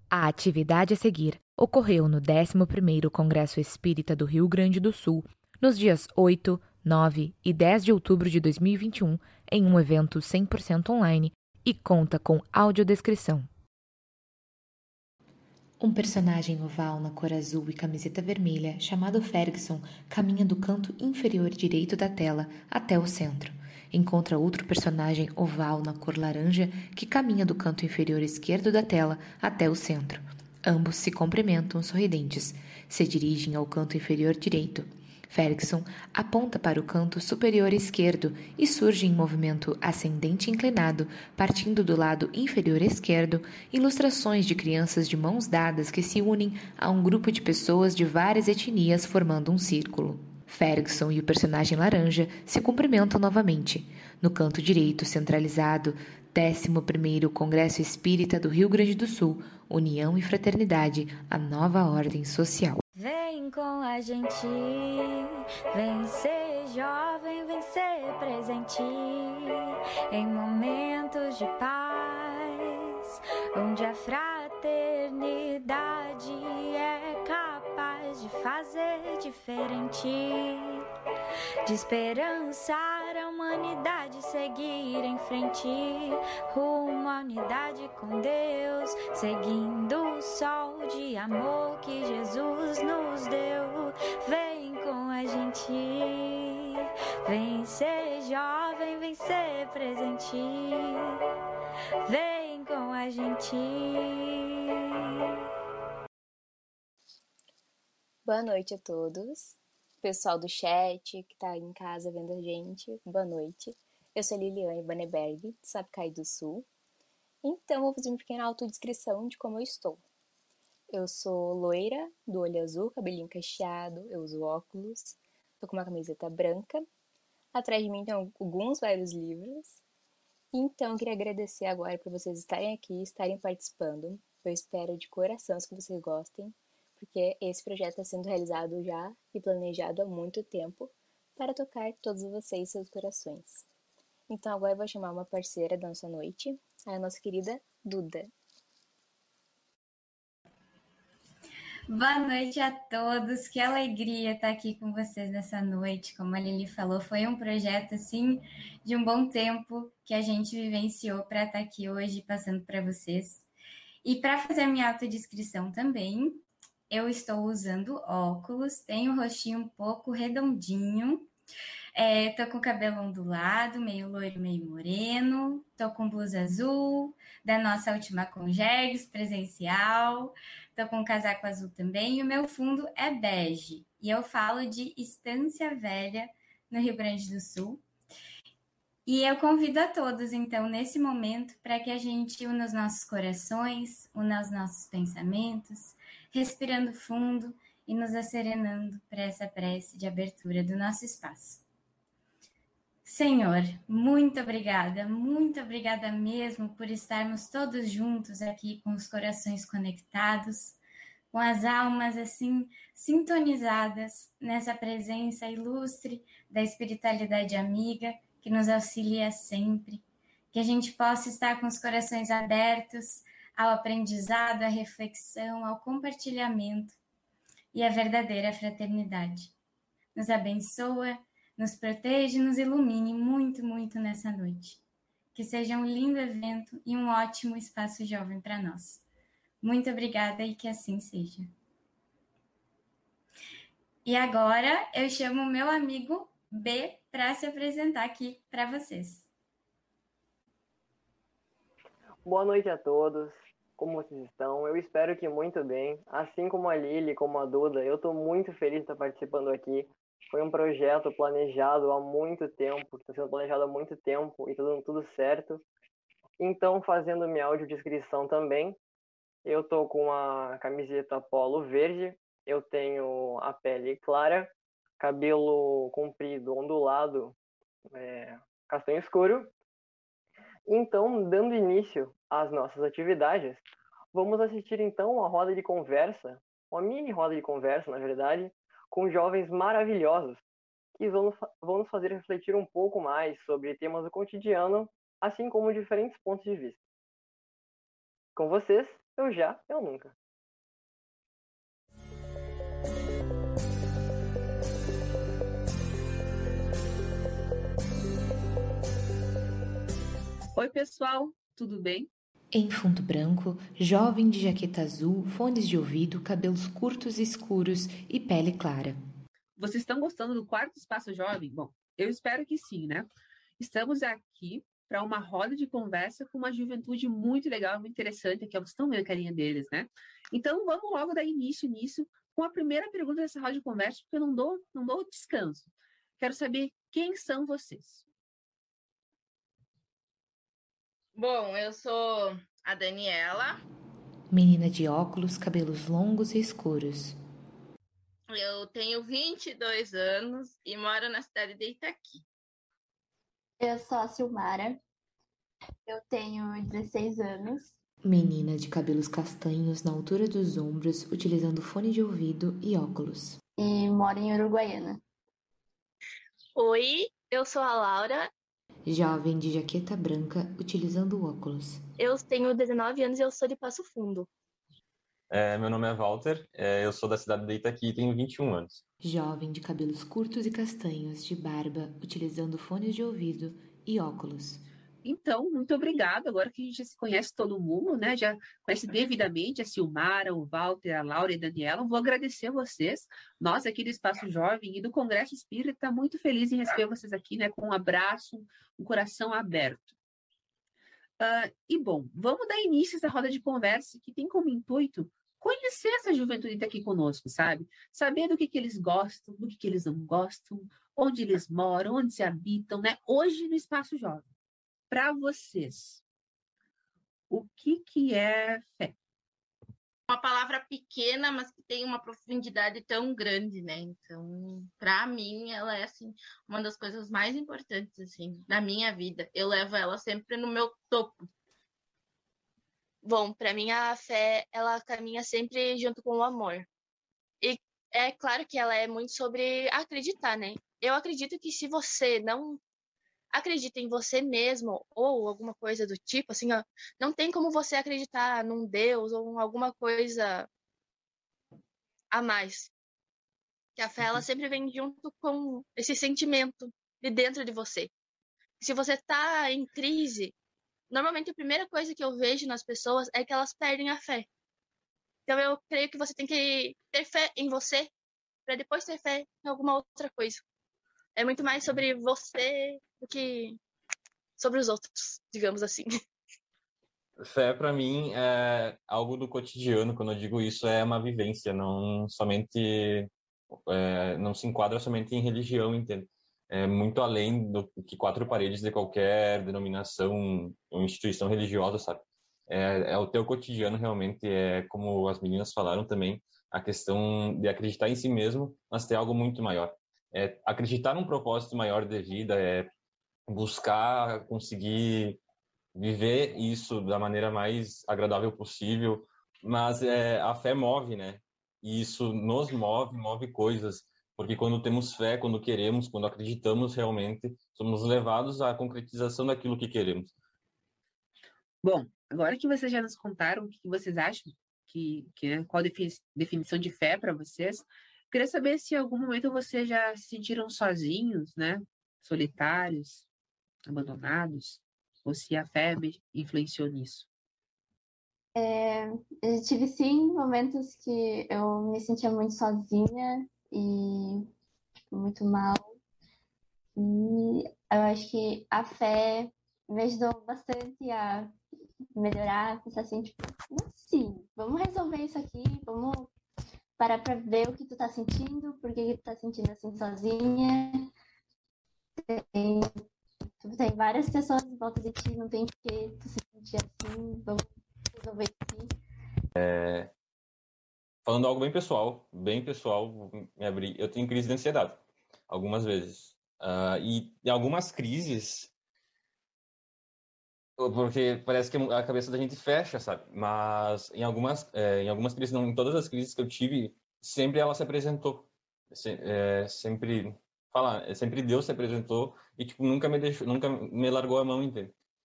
A atividade a seguir ocorreu no 11º Congresso Espírita do Rio Grande do Sul, nos dias 8, 9 e 10 de outubro de 2021, em um evento 100% online e conta com audiodescrição. Um personagem oval na cor azul e camiseta vermelha, chamado Ferguson, caminha do canto inferior direito da tela até o centro. Encontra outro personagem oval na cor laranja que caminha do canto inferior esquerdo da tela até o centro. Ambos se cumprimentam sorridentes. Se dirigem ao canto inferior direito. Ferguson aponta para o canto superior esquerdo e surge em movimento ascendente inclinado, partindo do lado inferior esquerdo, ilustrações de crianças de mãos dadas que se unem a um grupo de pessoas de várias etnias formando um círculo. Ferguson e o personagem laranja se cumprimentam novamente. No canto direito centralizado, 11º Congresso Espírita do Rio Grande do Sul, União e Fraternidade, a nova ordem social. Vem com a gente, vem ser jovem, vem ser presente, em momentos de paz, onde a fraternidade é capaz de fazer diferente, de esperançar a humanidade, seguir em frente, rumo à unidade com Deus, seguindo o sol de amor que Jesus nos deu. Vem com a gente, vem ser jovem, vem ser presente, vem com a gente. Boa noite a todos. Pessoal do chat que tá em casa vendo a gente, boa noite. Eu sou a Liliane Banneberg, de Sapucaí do Sul. Então, vou fazer uma pequena autodescrição de como eu estou. Eu sou loira, do olho azul, cabelinho cacheado, eu uso óculos, tô com uma camiseta branca. Atrás de mim tem vários livros. Então, eu queria agradecer agora por vocês estarem aqui, estarem participando. Eu espero de coração que vocês gostem, porque esse projeto está sendo realizado já e planejado há muito tempo para tocar todos vocês e seus corações. Então agora eu vou chamar uma parceira da nossa noite, a nossa querida Duda. Boa noite a todos, que alegria estar aqui com vocês nessa noite. Como a Lili falou, foi um projeto assim de um bom tempo que a gente vivenciou para estar aqui hoje passando para vocês. E para fazer a minha autodescrição também, eu estou usando óculos, tenho o rostinho um pouco redondinho, tô com o cabelo ondulado, meio loiro, meio moreno, tô com blusa azul, da nossa última Congergs presencial, tô com um casaco azul também, e o meu fundo é bege, e eu falo de Estância Velha, no Rio Grande do Sul. E eu convido a todos, então, nesse momento, para que a gente una os nossos corações, una os nossos pensamentos, respirando fundo e nos acerenando para essa prece de abertura do nosso espaço. Senhor, muito obrigada mesmo por estarmos todos juntos aqui com os corações conectados, com as almas assim sintonizadas nessa presença ilustre da espiritualidade amiga que nos auxilia sempre, que a gente possa estar com os corações abertos ao aprendizado, à reflexão, ao compartilhamento e à verdadeira fraternidade. Nos abençoa, nos protege e nos ilumine muito, muito nessa noite. Que seja um lindo evento e um ótimo espaço jovem para nós. Muito obrigada e que assim seja. E agora eu chamo o meu amigo B para se apresentar aqui para vocês. Boa noite a todos. Como vocês estão? Eu espero que muito bem. Assim como a Lili, como a Duda, eu estou muito feliz de estar participando aqui. Foi um projeto planejado há muito tempo, que está sendo planejado há muito tempo e está dando tudo certo. Então, fazendo minha audiodescrição também, eu estou com uma camiseta polo verde, eu tenho a pele clara, cabelo comprido, ondulado, castanho escuro. Então, dando início às nossas atividades, vamos assistir então uma roda de conversa, uma mini roda de conversa, na verdade, com jovens maravilhosos que vão nos fazer refletir um pouco mais sobre temas do cotidiano, assim como diferentes pontos de vista. Com vocês, Eu nunca. Oi, pessoal, tudo bem? Em fundo branco, jovem de jaqueta azul, fones de ouvido, cabelos curtos e escuros e pele clara. Vocês estão gostando do quarto espaço jovem? Bom, eu espero que sim, né? Estamos aqui para uma roda de conversa com uma juventude muito legal, muito interessante, aqui vocês estão vendo a carinha deles, né? Então, vamos logo dar início nisso com a primeira pergunta dessa roda de conversa, porque eu não dou descanso. Quero saber quem são vocês. Bom, eu sou a Daniela. Menina de óculos, cabelos longos e escuros. Eu tenho 22 anos e moro na cidade de Itaqui. Eu sou a Silmara. Eu tenho 16 anos. Menina de cabelos castanhos na altura dos ombros, utilizando fone de ouvido e óculos. E moro em Uruguaiana. Oi, eu sou a Laura. Jovem de jaqueta branca, utilizando óculos. Eu tenho 19 anos e eu sou de Passo Fundo. Meu nome é Walter, eu sou da cidade de Itaqui e tenho 21 anos. Jovem de cabelos curtos e castanhos, de barba, utilizando fones de ouvido e óculos. Então, muito obrigada. Agora que a gente já se conhece todo mundo, né? Já conhece devidamente a Silmara, o Walter, a Laura e a Daniela. Vou agradecer a vocês. Nós aqui do Espaço Jovem e do Congresso Espírita está muito feliz em receber vocês aqui, né? Com um abraço, um coração aberto. E bom, vamos dar início a essa roda de conversa que tem como intuito conhecer essa juventude que está aqui conosco, sabe? Saber do que eles gostam, do que eles não gostam, onde eles moram, onde se habitam, né? Hoje no Espaço Jovem. Para vocês, o que é fé? Uma palavra pequena, mas que tem uma profundidade tão grande, né? Então, para mim, ela é assim uma das coisas mais importantes assim da minha vida. Eu levo ela sempre no meu topo. Bom, para mim a fé, ela caminha sempre junto com o amor. E é claro que ela é muito sobre acreditar, né? Eu acredito que se você não acredita em você mesmo ou alguma coisa do tipo, assim, ó, não tem como você acreditar num Deus ou em alguma coisa a mais. Que a fé, ela sempre vem junto com esse sentimento de dentro de você. Se você tá em crise, normalmente a primeira coisa que eu vejo nas pessoas é que elas perdem a fé. Então eu creio que você tem que ter fé em você para depois ter fé em alguma outra coisa. É muito mais sobre você do que sobre os outros, digamos assim. Fé, para mim, é algo do cotidiano. Quando eu digo isso, é uma vivência, não somente... não se enquadra somente em religião, entende? É muito além do que quatro paredes de qualquer denominação ou instituição religiosa, sabe? É o teu cotidiano, realmente, é como as meninas falaram também, a questão de acreditar em si mesmo, mas ter algo muito maior. É acreditar num propósito maior de vida, é buscar conseguir viver isso da maneira mais agradável possível, mas a fé move, né? E isso nos move coisas, porque quando temos fé, quando queremos, quando acreditamos realmente, somos levados à concretização daquilo que queremos. Bom, agora que vocês já nos contaram o que vocês acham, qual a definição de fé para vocês, queria saber se em algum momento vocês já se sentiram sozinhos, né? Solitários, abandonados, ou se a fé influenciou nisso. Eu tive sim momentos que eu me sentia muito sozinha e muito mal. E eu acho que a fé me ajudou bastante a melhorar, pensar assim, tipo, sim, vamos resolver isso aqui, vamos parar pra ver o que tu tá sentindo, por que tu tá sentindo assim sozinha. Tem várias pessoas em volta de ti, não tem por que tu se sentir assim, vamos resolver isso aqui. Falando algo bem pessoal, eu tenho crise de ansiedade, algumas vezes. E em algumas crises, porque parece que a cabeça da gente fecha, sabe? Mas em algumas crises, não em todas as crises que eu tive, sempre ela se apresentou. Sempre Deus se apresentou e tipo nunca me largou a mão, entende?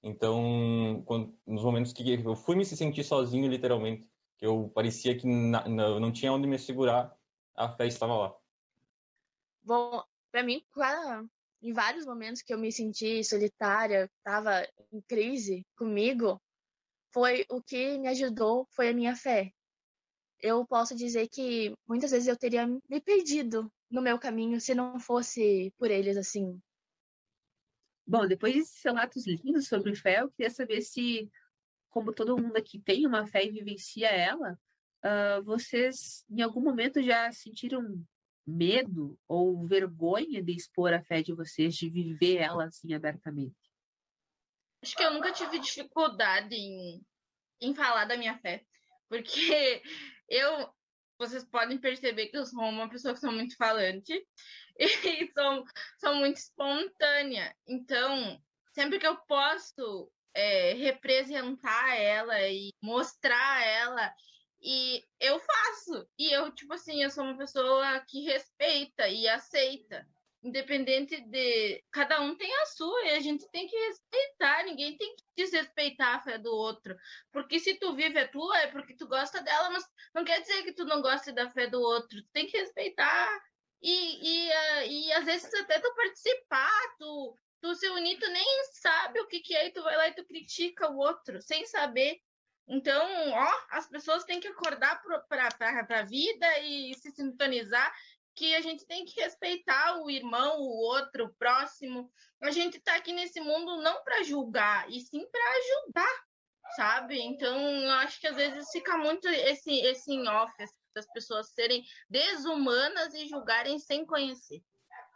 Então, nos momentos que eu fui me sentir sozinho, literalmente, que eu parecia que não tinha onde me segurar, a fé estava lá. Bom, para mim, em vários momentos que eu me senti solitária, estava em crise comigo, foi o que me ajudou, foi a minha fé. Eu posso dizer que muitas vezes eu teria me perdido no meu caminho se não fosse por eles, assim. Bom, depois desses relatos lindos sobre fé, eu queria saber se, como todo mundo aqui tem uma fé e vivencia ela, vocês em algum momento já sentiram medo ou vergonha de expor a fé de vocês, de viver ela assim abertamente? Acho que eu nunca tive dificuldade em falar da minha fé, porque vocês podem perceber que eu sou uma pessoa que sou muito falante e sou muito espontânea. Então, sempre que eu posso representar ela e mostrar ela, e eu faço. E eu, tipo assim, eu sou uma pessoa que respeita e aceita. Independente de. Cada um tem a sua e a gente tem que respeitar. Ninguém tem que desrespeitar a fé do outro. Porque se tu vive a tua, é porque tu gosta dela, mas não quer dizer que tu não goste da fé do outro. Tu tem que respeitar. E às vezes até tu participar, tu se unir, tu nem sabe o que é, e tu vai lá e tu critica o outro, sem saber. Então, as pessoas têm que acordar para a vida e se sintonizar que a gente tem que respeitar o irmão, o outro, o próximo. A gente está aqui nesse mundo não para julgar, e sim para ajudar, sabe? Então, eu acho que às vezes fica muito esse em off, das pessoas serem desumanas e julgarem sem conhecer.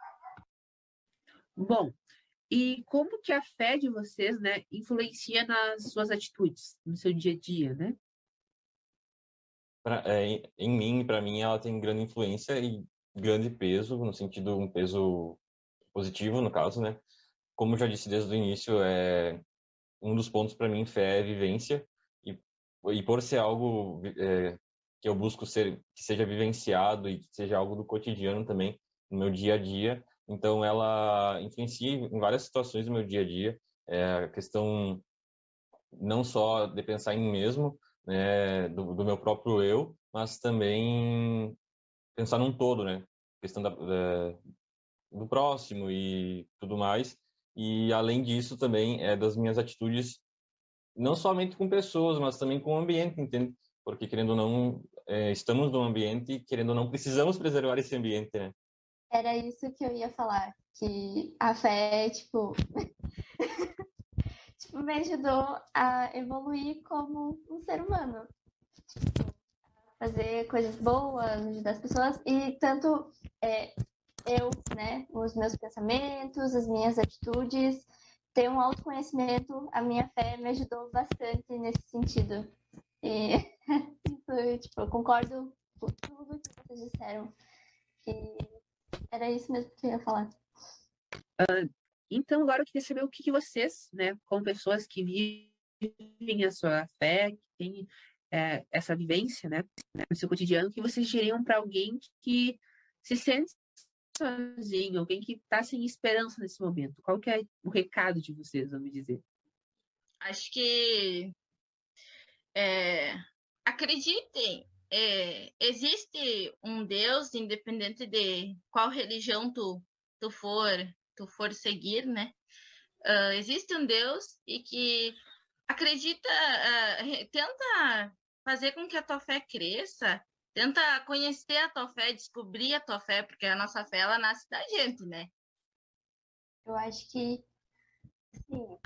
Bom, e como que a fé de vocês, né, influencia nas suas atitudes, no seu dia a dia, né? Em mim, para mim, ela tem grande influência e grande peso, no sentido, um peso positivo, no caso, né? Como eu já disse desde o início, um dos pontos para mim, fé é vivência, e por ser algo que eu busco que seja vivenciado e que seja algo do cotidiano também, no meu dia a dia, então ela influencia em várias situações do meu dia a dia, a questão não só de pensar em mim mesmo, né, do meu próprio eu, mas também pensar num todo, né? Questão do próximo e tudo mais. E além disso também das minhas atitudes, não somente com pessoas, mas também com o ambiente, entende? Porque querendo ou não, estamos num ambiente e querendo ou não precisamos preservar esse ambiente, né? Era isso que eu ia falar, que a fé, tipo, me ajudou a evoluir como um ser humano. Tipo, fazer coisas boas, ajudar as pessoas, e tanto eu, né, os meus pensamentos, as minhas atitudes, ter um autoconhecimento, a minha fé me ajudou bastante nesse sentido. E isso, tipo, eu concordo com tudo que vocês disseram. E era isso mesmo que eu ia falar. Então, agora eu queria saber o que vocês, né, como pessoas que vivem a sua fé, que têm essa vivência, né, no seu cotidiano, que vocês diriam para alguém que se sente sozinho, alguém que está sem esperança nesse momento? Qual que é o recado de vocês, vamos dizer? Acho que acreditem, existe um Deus, independente de qual religião tu for seguir, né? Existe um Deus e que acredita, tenta fazer com que a tua fé cresça, tenta conhecer a tua fé, descobrir a tua fé, porque a nossa fé, ela nasce da gente, né? Eu acho que, sim,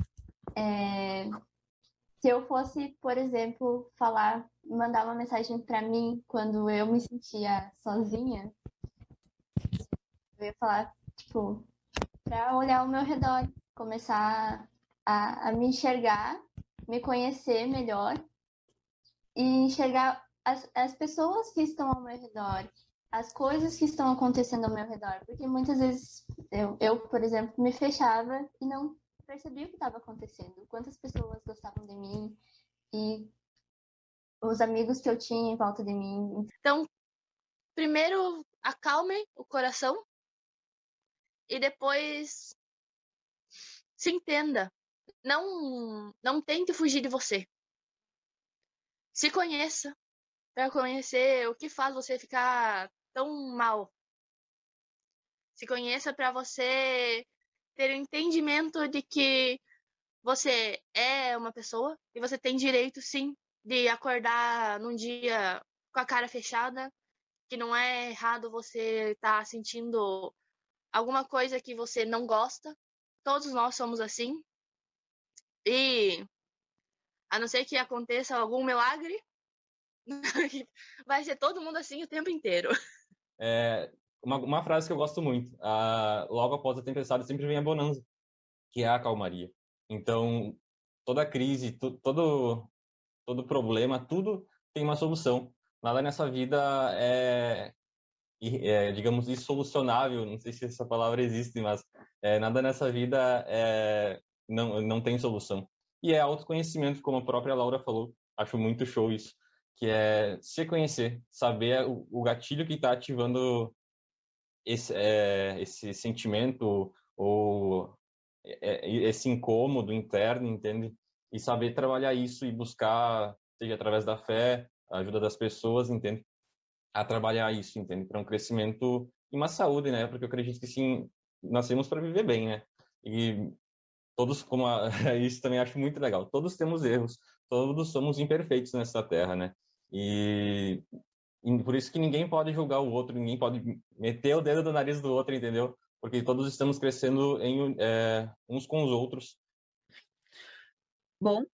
se eu fosse, por exemplo, mandar uma mensagem para mim quando eu me sentia sozinha, eu ia falar, tipo, para olhar ao meu redor, começar a me enxergar, me conhecer melhor e enxergar as pessoas que estão ao meu redor, as coisas que estão acontecendo ao meu redor, porque muitas vezes eu, por exemplo, me fechava e não percebia o que estava acontecendo, quantas pessoas gostavam de mim e os amigos que eu tinha em volta de mim. Então, primeiro acalme o coração e depois se entenda. não tente fugir de você. Se conheça para conhecer o que faz você ficar tão mal. Se conheça para você ter o entendimento de que você é uma pessoa e você tem direito, sim, de acordar num dia com a cara fechada, que não é errado você estar sentindo alguma coisa que você não gosta. Todos nós somos assim. E a não ser que aconteça algum milagre, vai ser todo mundo assim o tempo inteiro. Uma frase que eu gosto muito: logo após a tempestade sempre vem a bonança, que é a calmaria. Então, toda crise, todo problema, tudo tem uma solução. Nada nessa vida digamos, insolucionável. Não sei se essa palavra existe, mas nada nessa vida não tem solução. E é autoconhecimento, como a própria Laura falou. Acho muito show isso, que é se conhecer, saber o gatilho que está ativando esse sentimento ou esse incômodo interno, entende? E saber trabalhar isso e buscar, seja através da fé, a ajuda das pessoas, entende? A trabalhar isso, entende? Para um crescimento e uma saúde, né? Porque eu acredito que sim, nascemos para viver bem, né? E todos, isso também acho muito legal. Todos temos erros, todos somos imperfeitos nessa terra, né? E por isso que ninguém pode julgar o outro, ninguém pode meter o dedo no nariz do outro, entendeu? Porque todos estamos crescendo uns com os outros. Bom,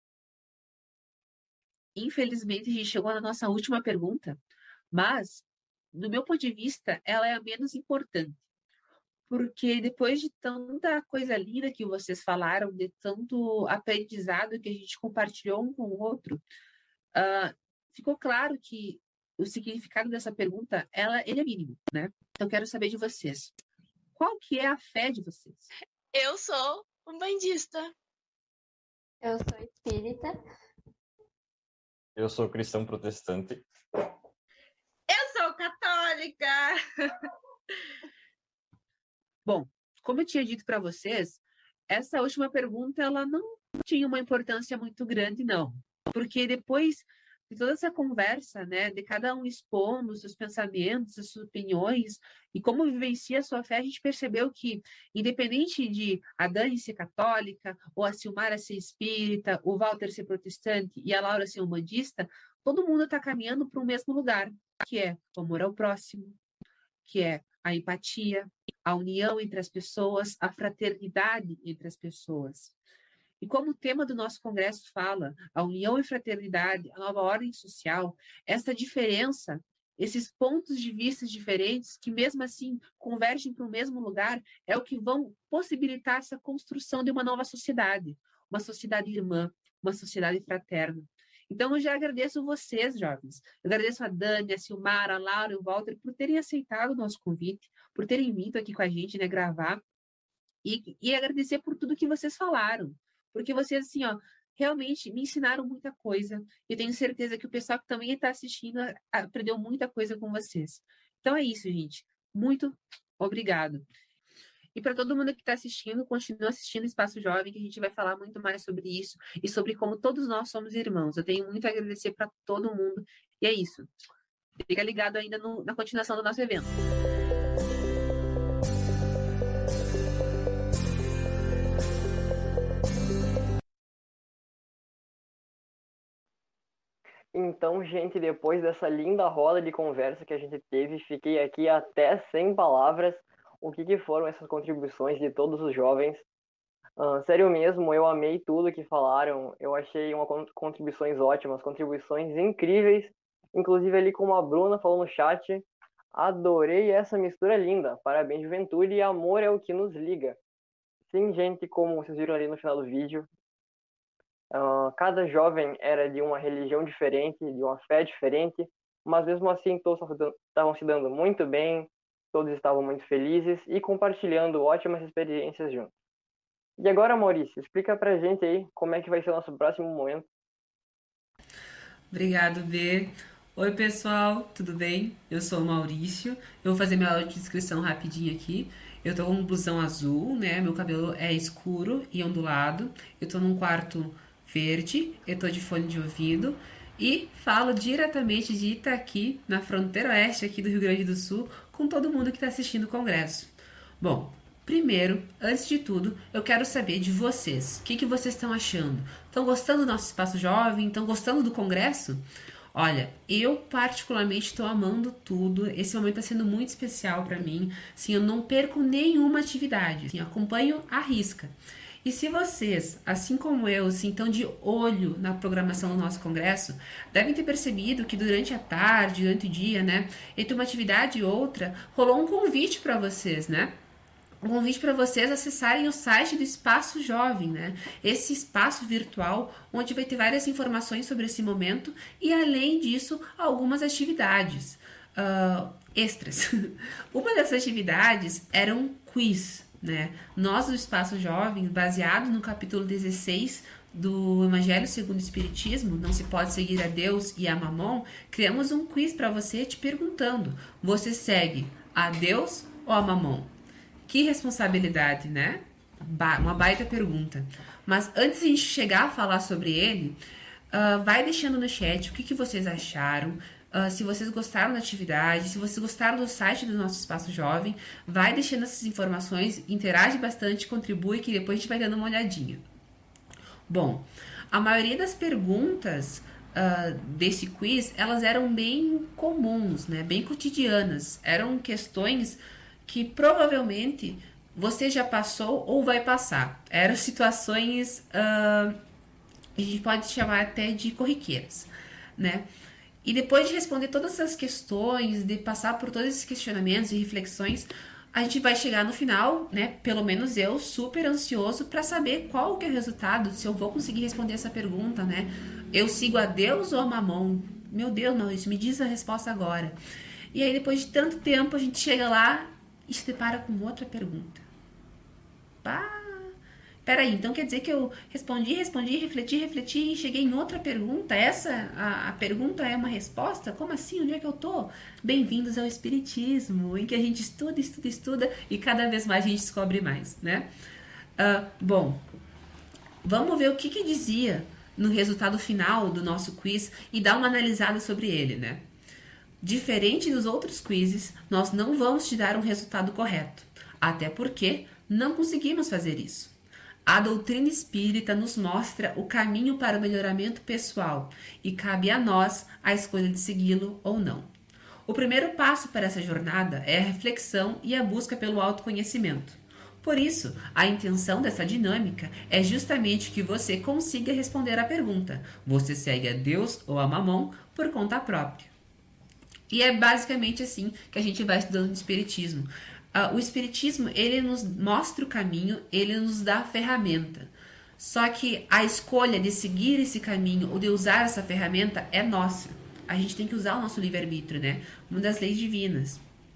infelizmente a gente chegou na nossa última pergunta, mas, do meu ponto de vista, ela é a menos importante. Porque depois de tanta coisa linda que vocês falaram, de tanto aprendizado que a gente compartilhou um com o outro, ficou claro que o significado dessa pergunta, ele é mínimo, né? Então, eu quero saber de vocês. Qual que é a fé de vocês? Eu sou umbandista. Eu sou espírita. Eu sou cristão protestante. Eu sou católica. Bom, como eu tinha dito para vocês, essa última pergunta ela não tinha uma importância muito grande, não. Porque depois de toda essa conversa, né, de cada um expondo os seus pensamentos, as suas opiniões e como vivencia a sua fé, a gente percebeu que, independente de a Dani ser católica, ou a Silmara ser espírita, o Walter ser protestante e a Laura ser umbandista, todo mundo está caminhando para o mesmo lugar, que é o amor ao próximo, que é a empatia, a união entre as pessoas, a fraternidade entre as pessoas. E como o tema do nosso congresso fala, a união e fraternidade, a nova ordem social, essa diferença, esses pontos de vista diferentes, que mesmo assim convergem para o mesmo lugar, é o que vão possibilitar essa construção de uma nova sociedade, uma sociedade irmã, uma sociedade fraterna. Então, eu já agradeço vocês, jovens. Eu agradeço a Dani, a Silmara, a Laura e o Walter por terem aceitado o nosso convite, por terem vindo aqui com a gente, né, gravar, e agradecer por tudo que vocês falaram. Porque vocês, assim, ó, realmente me ensinaram muita coisa. E tenho certeza que o pessoal que também está assistindo aprendeu muita coisa com vocês. Então é isso, gente. Muito obrigado. E para todo mundo que está assistindo, continua assistindo Espaço Jovem, que a gente vai falar muito mais sobre isso e sobre como todos nós somos irmãos. Eu tenho muito a agradecer para todo mundo. E é isso. Fica ligado ainda na continuação do nosso evento. Então, gente, depois dessa linda roda de conversa que a gente teve, fiquei aqui até sem palavras. O que foram essas contribuições de todos os jovens? Sério mesmo, eu amei tudo que falaram. Eu achei contribuições ótimas, contribuições incríveis. Inclusive ali como a Bruna falou no chat, adorei essa mistura linda. Parabéns, juventude, e amor é o que nos liga. Sim, gente, como vocês viram ali no final do vídeo, cada jovem era de uma religião diferente, de uma fé diferente, mas mesmo assim todos estavam se dando muito bem, todos estavam muito felizes e compartilhando ótimas experiências juntos. E agora, Maurício, explica pra gente aí como é que vai ser o nosso próximo momento. Obrigado, B. Oi, pessoal, tudo bem? Eu sou o Maurício. Eu vou fazer minha audiodescrição rapidinho aqui. Eu tô com um blusão azul, né? Meu cabelo é escuro e ondulado. Eu tô num quarto verde, eu tô de fone de ouvido e falo diretamente de Itaqui, na fronteira oeste aqui do Rio Grande do Sul, com todo mundo que está assistindo o congresso. Bom, primeiro, antes de tudo, eu quero saber de vocês. O que vocês estão achando? Estão gostando do nosso Espaço Jovem? Estão gostando do congresso? Olha, eu particularmente estou amando tudo. Esse momento está sendo muito especial para mim. Sim, eu não perco nenhuma atividade. Sim, acompanho à risca. E se vocês, assim como eu, estão de olho na programação do nosso congresso, devem ter percebido que durante a tarde, durante o dia, né, entre uma atividade e outra, rolou um convite para vocês, né? Um convite para vocês acessarem o site do Espaço Jovem, né? Esse espaço virtual onde vai ter várias informações sobre esse momento e, além disso, algumas atividades extras. Uma dessas atividades era um quiz, né? Nós do Espaço Jovem, baseado no capítulo 16 do Evangelho segundo o Espiritismo, não se pode seguir a Deus e a Mamon, criamos um quiz para você te perguntando: você segue a Deus ou a Mamon? Que responsabilidade, né? Uma baita pergunta. Mas antes de a gente chegar a falar sobre ele, vai deixando no chat o que vocês acharam, se vocês gostaram da atividade, se vocês gostaram do site do nosso Espaço Jovem, vai deixando essas informações, interage bastante, contribui, que depois a gente vai dando uma olhadinha. Bom, a maioria das perguntas desse quiz, elas eram bem comuns, né? Bem cotidianas. Eram questões que provavelmente você já passou ou vai passar. Eram situações, a gente pode chamar até de corriqueiras, né? E depois de responder todas essas questões, de passar por todos esses questionamentos e reflexões, a gente vai chegar no final, né? Pelo menos eu, super ansioso para saber qual que é o resultado, se eu vou conseguir responder essa pergunta, né? Eu sigo a Deus ou a Mamon? Meu Deus, Maurício, me diz a resposta agora. E aí, depois de tanto tempo, a gente chega lá e se depara com outra pergunta. Peraí, então quer dizer que eu respondi, refleti e cheguei em outra pergunta? Essa, a pergunta é uma resposta? Como assim? Onde é que eu tô? Bem-vindos ao Espiritismo, em que a gente estuda e cada vez mais a gente descobre mais, né? Bom, vamos ver o que dizia no resultado final do nosso quiz e dar uma analisada sobre ele, né? Diferente dos outros quizzes, nós não vamos te dar um resultado correto, até porque não conseguimos fazer isso. A doutrina espírita nos mostra o caminho para o melhoramento pessoal e cabe a nós a escolha de segui-lo ou não. O primeiro passo para essa jornada é a reflexão e a busca pelo autoconhecimento. Por isso, a intenção dessa dinâmica é justamente que você consiga responder à pergunta: você segue a Deus ou a Mamon por conta própria? E é basicamente assim que a gente vai estudando o Espiritismo. O Espiritismo, ele nos mostra o caminho, ele nos dá a ferramenta. Só que a escolha de seguir esse caminho ou de usar essa ferramenta é nossa. A gente tem que usar o nosso livre-arbítrio, né? Uma das leis divinas.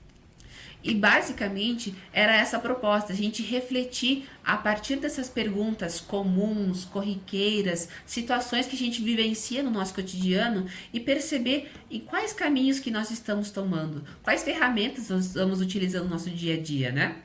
E basicamente era essa a proposta, a gente refletir a partir dessas perguntas comuns, corriqueiras, situações que a gente vivencia no nosso cotidiano e perceber em quais caminhos que nós estamos tomando, quais ferramentas nós estamos utilizando no nosso dia a dia, né?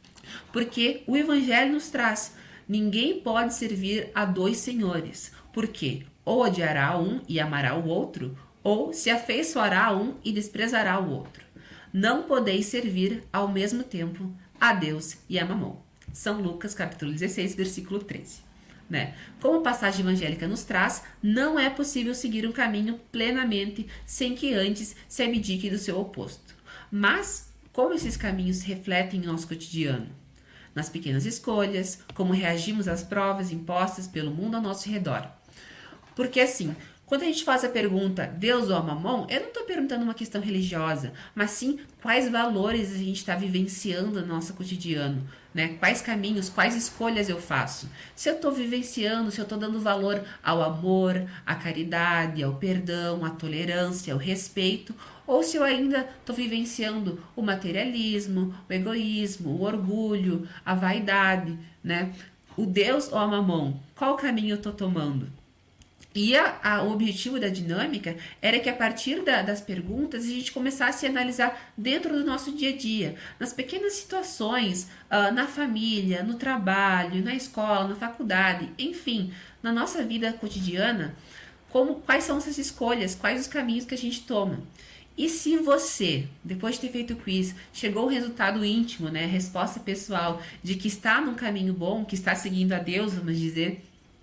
Porque o Evangelho nos traz: ninguém pode servir a dois senhores, porque ou odiará um e amará o outro, ou se afeiçoará a um e desprezará o outro. Não podeis servir ao mesmo tempo a Deus e a Mamon. São Lucas, capítulo 16, versículo 13. Né? Como a passagem evangélica nos traz, não é possível seguir um caminho plenamente sem que antes se abdique do seu oposto. Mas como esses caminhos se refletem em nosso cotidiano? Nas pequenas escolhas, como reagimos às provas impostas pelo mundo ao nosso redor. Porque assim, quando a gente faz a pergunta Deus ou a Mamon, eu não estou perguntando uma questão religiosa, mas sim quais valores a gente está vivenciando no nosso cotidiano, né? Quais caminhos, quais escolhas eu faço. Se eu estou vivenciando, se eu estou dando valor ao amor, à caridade, ao perdão, à tolerância, ao respeito, ou se eu ainda estou vivenciando o materialismo, o egoísmo, o orgulho, a vaidade, né? O Deus ou a Mamon, qual caminho eu estou tomando? E o objetivo da dinâmica era que a partir das perguntas a gente começasse a analisar dentro do nosso dia a dia, nas pequenas situações, na família, no trabalho, na escola, na faculdade, enfim, na nossa vida cotidiana, quais são essas escolhas, quais os caminhos que a gente toma. E se você, depois de ter feito o quiz, chegou ao resultado íntimo, né, resposta pessoal, de que está num caminho bom, que está seguindo a Deus, vamos dizer,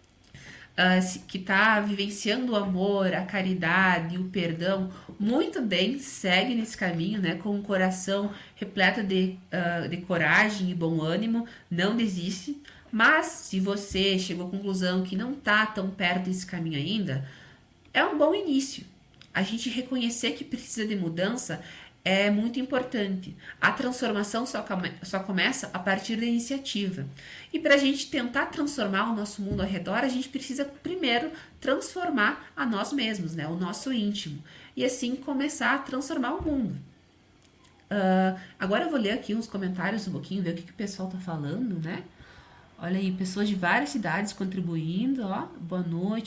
que está vivenciando o amor, a caridade, o perdão, muito bem, segue nesse caminho, né, com um coração repleto de coragem e bom ânimo, não desiste. Mas se você chegou à conclusão que não está tão perto desse caminho ainda, é um bom início. A gente reconhecer que precisa de mudança é muito importante. A transformação só começa a partir da iniciativa. E para a gente tentar transformar o nosso mundo ao redor, a gente precisa primeiro transformar a nós mesmos, né? O nosso íntimo. E assim começar a transformar o mundo. Agora eu vou ler aqui uns comentários um pouquinho, ver o que o pessoal está falando, né? Olha aí, pessoas de várias cidades contribuindo, ó. Boa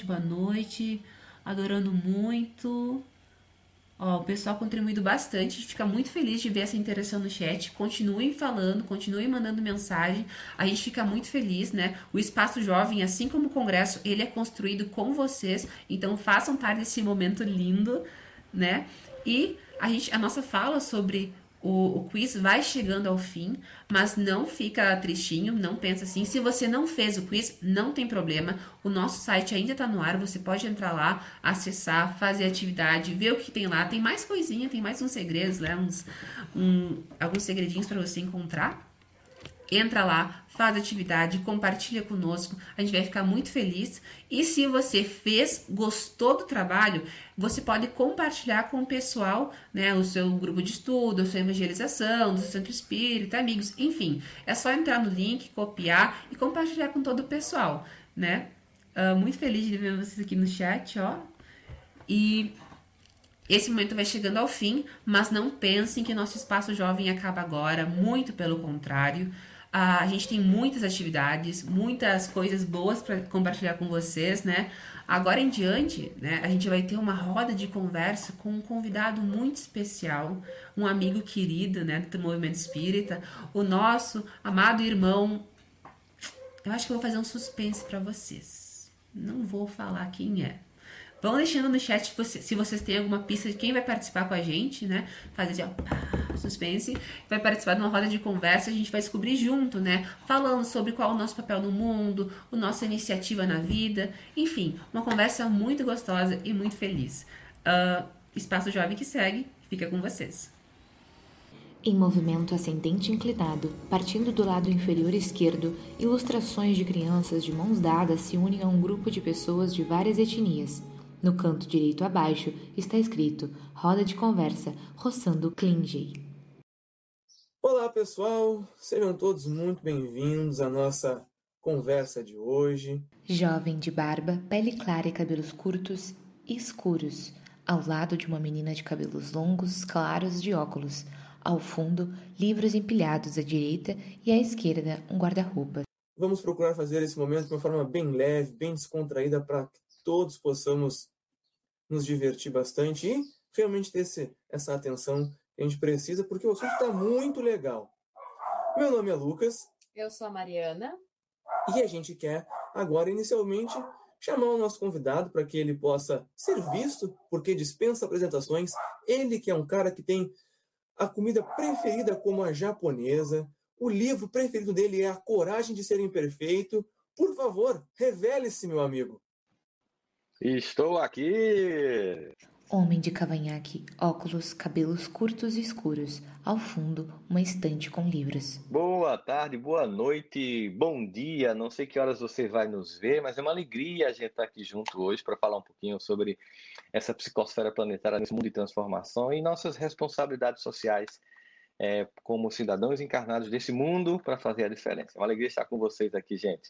noite. Adorando muito. Ó, o pessoal contribuindo bastante, a gente fica muito feliz de ver essa interação no chat. Continuem falando, continuem mandando mensagem. A gente fica muito feliz, né? O Espaço Jovem, assim como o Congresso, ele é construído com vocês. Então façam parte desse momento lindo, né? E a nossa fala sobre o quiz vai chegando ao fim, mas não fica tristinho, não pensa assim. Se você não fez o quiz, não tem problema. O nosso site ainda está no ar, você pode entrar lá, acessar, fazer atividade, ver o que tem lá. Tem mais coisinha, tem mais uns segredos, né? Alguns segredinhos para você encontrar. Entra lá, faz atividade, compartilha conosco, a gente vai ficar muito feliz. E se você gostou do trabalho, você pode compartilhar com o pessoal, né, o seu grupo de estudo, a sua evangelização, do seu centro espírita, amigos, enfim. É só entrar no link, copiar e compartilhar com todo o pessoal, né? Muito feliz de ver vocês aqui no chat, ó. E esse momento vai chegando ao fim, mas não pensem que nosso espaço jovem acaba agora, muito pelo contrário. A gente tem muitas atividades, muitas coisas boas para compartilhar com vocês, né? Agora em diante, né, a gente vai ter uma roda de conversa com um convidado muito especial, um amigo querido, né, do Movimento Espírita, o nosso amado irmão. Eu acho que eu vou fazer um suspense para vocês. Não vou falar quem é. Vão deixando no chat se vocês têm alguma pista de quem vai participar com a gente, né? Fazer assim, ó, suspense. Vai participar de uma roda de conversa, a gente vai descobrir junto, né? Falando sobre qual é o nosso papel no mundo, a nossa iniciativa na vida. Enfim, uma conversa muito gostosa e muito feliz. Espaço Jovem que segue, fica com vocês. Em movimento ascendente inclinado, partindo do lado inferior esquerdo, ilustrações de crianças de mãos dadas se unem a um grupo de pessoas de várias etnias. No canto direito abaixo está escrito Roda de Conversa, roçando Klinge. Olá pessoal, sejam todos muito bem-vindos à nossa conversa de hoje. Jovem de barba, pele clara e cabelos curtos e escuros, ao lado de uma menina de cabelos longos, claros de óculos. Ao fundo, livros empilhados à direita e à esquerda, um guarda-roupa. Vamos procurar fazer esse momento de uma forma bem leve, bem descontraída, para que todos possamos nos divertir bastante e realmente ter essa atenção que a gente precisa, porque o assunto está muito legal. Meu nome é Lucas. Eu sou a Mariana. E a gente quer, agora, inicialmente, chamar o nosso convidado para que ele possa ser visto, porque dispensa apresentações. Ele que é um cara que tem a comida preferida como a japonesa. O livro preferido dele é A Coragem de Ser Imperfeito. Por favor, revele-se, meu amigo. Estou aqui! Homem de cavanhaque, óculos, cabelos curtos e escuros. Ao fundo, uma estante com livros. Boa tarde, boa noite, bom dia. Não sei que horas você vai nos ver, mas é uma alegria a gente estar aqui junto hoje para falar um pouquinho sobre essa psicosfera planetária nesse mundo de transformação e nossas responsabilidades sociais como cidadãos encarnados desse mundo para fazer a diferença. É uma alegria estar com vocês aqui, gente.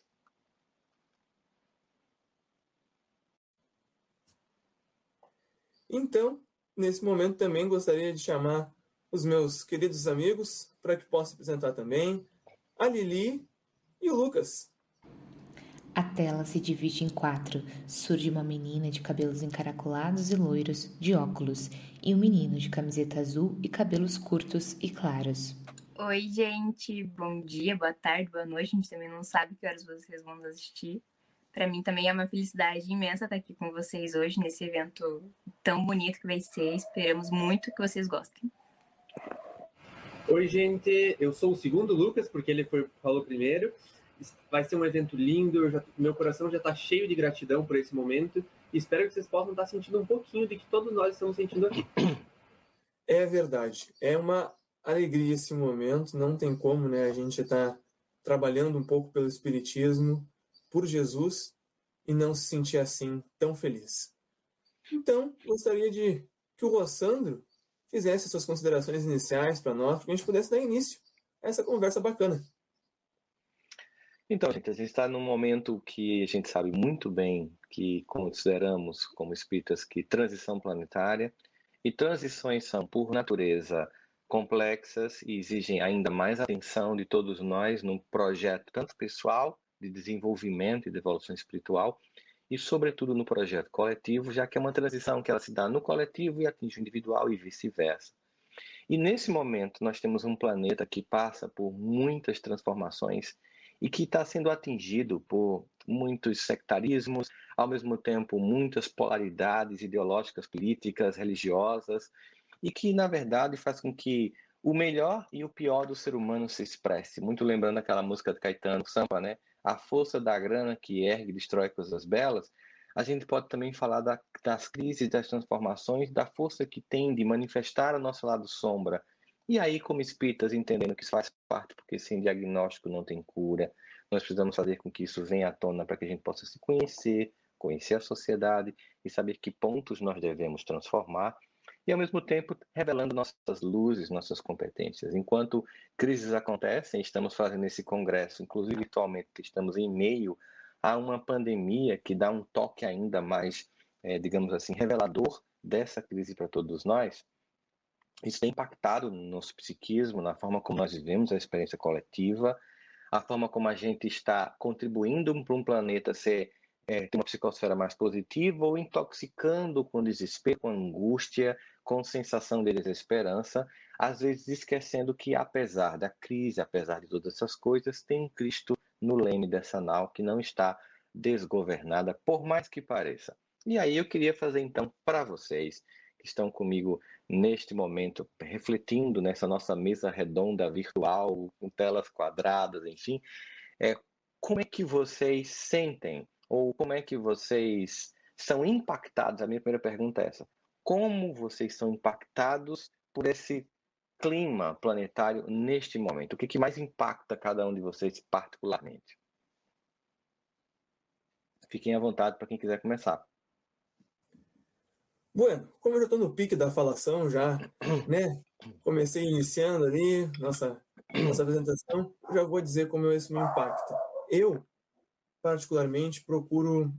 Então, nesse momento também gostaria de chamar os meus queridos amigos para que possam apresentar também a Lili e o Lucas. A tela se divide em 4. Surge uma menina de cabelos encaracolados e loiros, de óculos, e um menino de camiseta azul e cabelos curtos e claros. Oi, gente. Bom dia, boa tarde, boa noite. A gente também não sabe que horas vocês vão assistir. Para mim também é uma felicidade imensa estar aqui com vocês hoje nesse evento tão bonito que vai ser. Esperamos muito que vocês gostem. Oi, gente. Eu sou o segundo Lucas, porque ele falou primeiro. Vai ser um evento lindo. Meu coração já está cheio de gratidão por esse momento. E espero que vocês possam estar sentindo um pouquinho de que todos nós estamos sentindo aqui. É verdade. É uma alegria esse momento. Não tem como, né? A gente está trabalhando um pouco pelo Espiritismo, por Jesus, e não se sentir assim tão feliz. Então, gostaria de que o Rossandro fizesse suas considerações iniciais para nós, para que a gente pudesse dar início a essa conversa bacana. Então, gente, a gente está num momento que a gente sabe muito bem que consideramos como espíritas que transição planetária e transições são, por natureza, complexas e exigem ainda mais atenção de todos nós num projeto tanto pessoal, de desenvolvimento e de evolução espiritual, e sobretudo no projeto coletivo, já que é uma transição que ela se dá no coletivo e atinge o individual e vice-versa. E nesse momento nós temos um planeta que passa por muitas transformações e que está sendo atingido por muitos sectarismos, ao mesmo tempo muitas polaridades ideológicas, políticas, religiosas, e que, na verdade, faz com que o melhor e o pior do ser humano se expresse. Muito lembrando aquela música de Caetano Sampa, né? A força da grana que ergue e destrói coisas belas. A gente pode também falar das crises, das transformações, da força que tem de manifestar o nosso lado sombra. E aí, como espíritas, entendendo que isso faz parte, porque sem diagnóstico não tem cura, nós precisamos fazer com que isso venha à tona para que a gente possa se conhecer, conhecer a sociedade e saber que pontos nós devemos transformar, e ao mesmo tempo revelando nossas luzes, nossas competências. Enquanto crises acontecem, estamos fazendo esse congresso, inclusive virtualmente, estamos em meio a uma pandemia que dá um toque ainda mais, digamos assim, revelador dessa crise para todos nós. Isso tem impactado no nosso psiquismo, na forma como nós vivemos a experiência coletiva, a forma como a gente está contribuindo para um planeta ter uma psicosfera mais positiva ou intoxicando com desespero, com angústia, com sensação de desesperança, às vezes esquecendo que, apesar da crise, apesar de todas essas coisas, tem um Cristo no leme dessa nau que não está desgovernada, por mais que pareça. E aí eu queria fazer, então, para vocês que estão comigo neste momento, refletindo nessa nossa mesa redonda virtual, com telas quadradas, enfim, como é que vocês sentem, ou como é que vocês são impactados? A minha primeira pergunta é essa. Como vocês são impactados por esse clima planetário neste momento? O que mais impacta cada um de vocês particularmente? Fiquem à vontade para quem quiser começar. Bueno, como eu já estou no pique da falação já, né? Comecei iniciando ali nossa apresentação, já vou dizer como isso me impacta. Eu, particularmente, procuro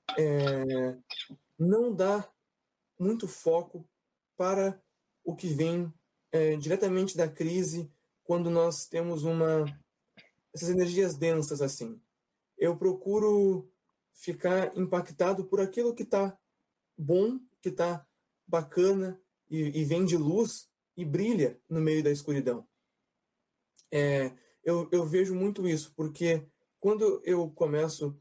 não dar muito foco para o que vem diretamente da crise, quando nós temos essas energias densas assim. Eu procuro ficar impactado por aquilo que está bom, que está bacana e vem de luz e brilha no meio da escuridão. Eu vejo muito isso, porque quando eu começo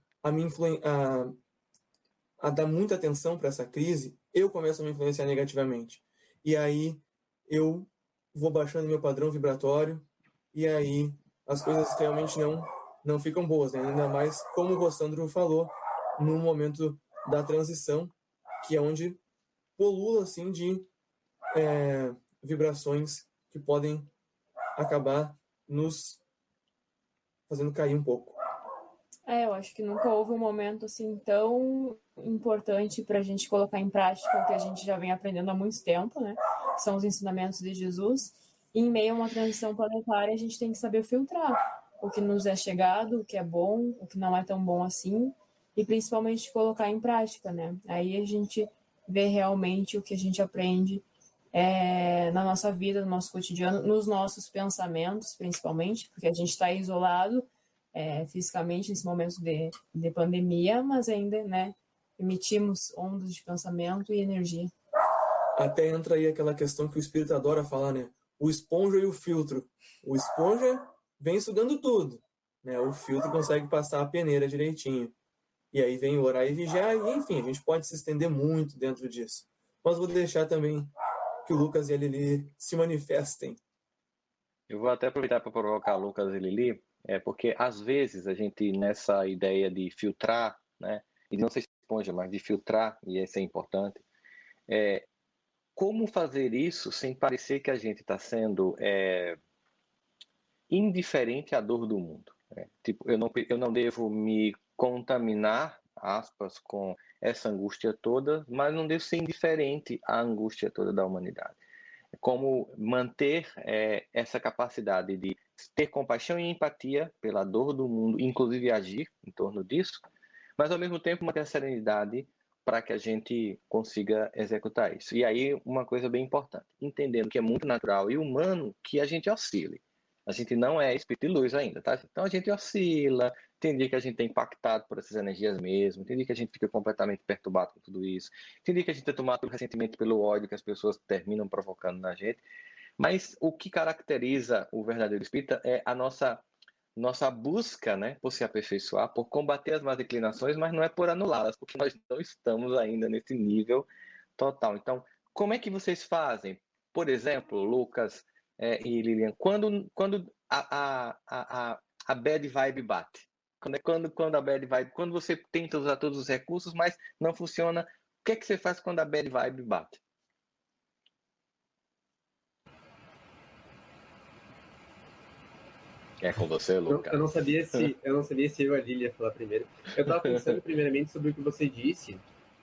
a dar muita atenção para essa crise, eu começo a me influenciar negativamente. E aí eu vou baixando meu padrão vibratório e aí as coisas realmente não ficam boas, né? Ainda mais, como o Rossandro falou, no momento da transição, que é onde polula assim, de vibrações que podem acabar nos fazendo cair um pouco. Eu acho que nunca houve um momento assim tão importante para a gente colocar em prática o que a gente já vem aprendendo há muito tempo, né? São os ensinamentos de Jesus. E em meio a uma transição planetária, a gente tem que saber filtrar o que nos é chegado, o que é bom, o que não é tão bom assim, e principalmente colocar em prática, né? Aí a gente vê realmente o que a gente aprende na nossa vida, no nosso cotidiano, nos nossos pensamentos, principalmente, porque a gente está isolado fisicamente nesse momento de pandemia, mas ainda, né, emitimos ondas de pensamento e energia. Até entra aí aquela questão que o espírito adora falar, né? O esponja e o filtro. O esponja vem sugando tudo, né? O filtro consegue passar a peneira direitinho. E aí vem orar e vigiar, e enfim, a gente pode se estender muito dentro disso. Mas vou deixar também que o Lucas e a Lili se manifestem. Eu vou até aproveitar para provocar Lucas e Lili, porque às vezes a gente, nessa ideia de filtrar, né? E não ser esponja, mas de filtrar, e isso é importante, como fazer isso sem parecer que a gente está sendo indiferente à dor do mundo? Tipo, eu não devo me contaminar, aspas, com essa angústia toda, mas não devo ser indiferente à angústia toda da humanidade. Como manter essa capacidade de ter compaixão e empatia pela dor do mundo, inclusive agir em torno disso, mas ao mesmo tempo manter a serenidade para que a gente consiga executar isso. E aí, uma coisa bem importante, entendendo que é muito natural e humano que a gente oscile. A gente não é espírito de luz ainda, tá? Então a gente oscila, tem dia que a gente é impactado por essas energias mesmo, tem dia que a gente fica completamente perturbado com tudo isso, tem dia que a gente é tomado pelo ressentimento, pelo ódio que as pessoas terminam provocando na gente. Mas o que caracteriza o verdadeiro espírita é a nossa busca, né, por se aperfeiçoar, por combater as más inclinações, mas não é por anulá-las, porque nós não estamos ainda nesse nível total. Então, como é que vocês fazem? Por exemplo, Lucas e Lilian, quando a bad vibe bate? Quando a bad vibe, quando você tenta usar todos os recursos, mas não funciona, o que é que você faz quando a bad vibe bate? É com você, Lucas. Eu não sabia se eu ou a Lili ia falar primeiro. Eu estava pensando primeiramente sobre o que você disse,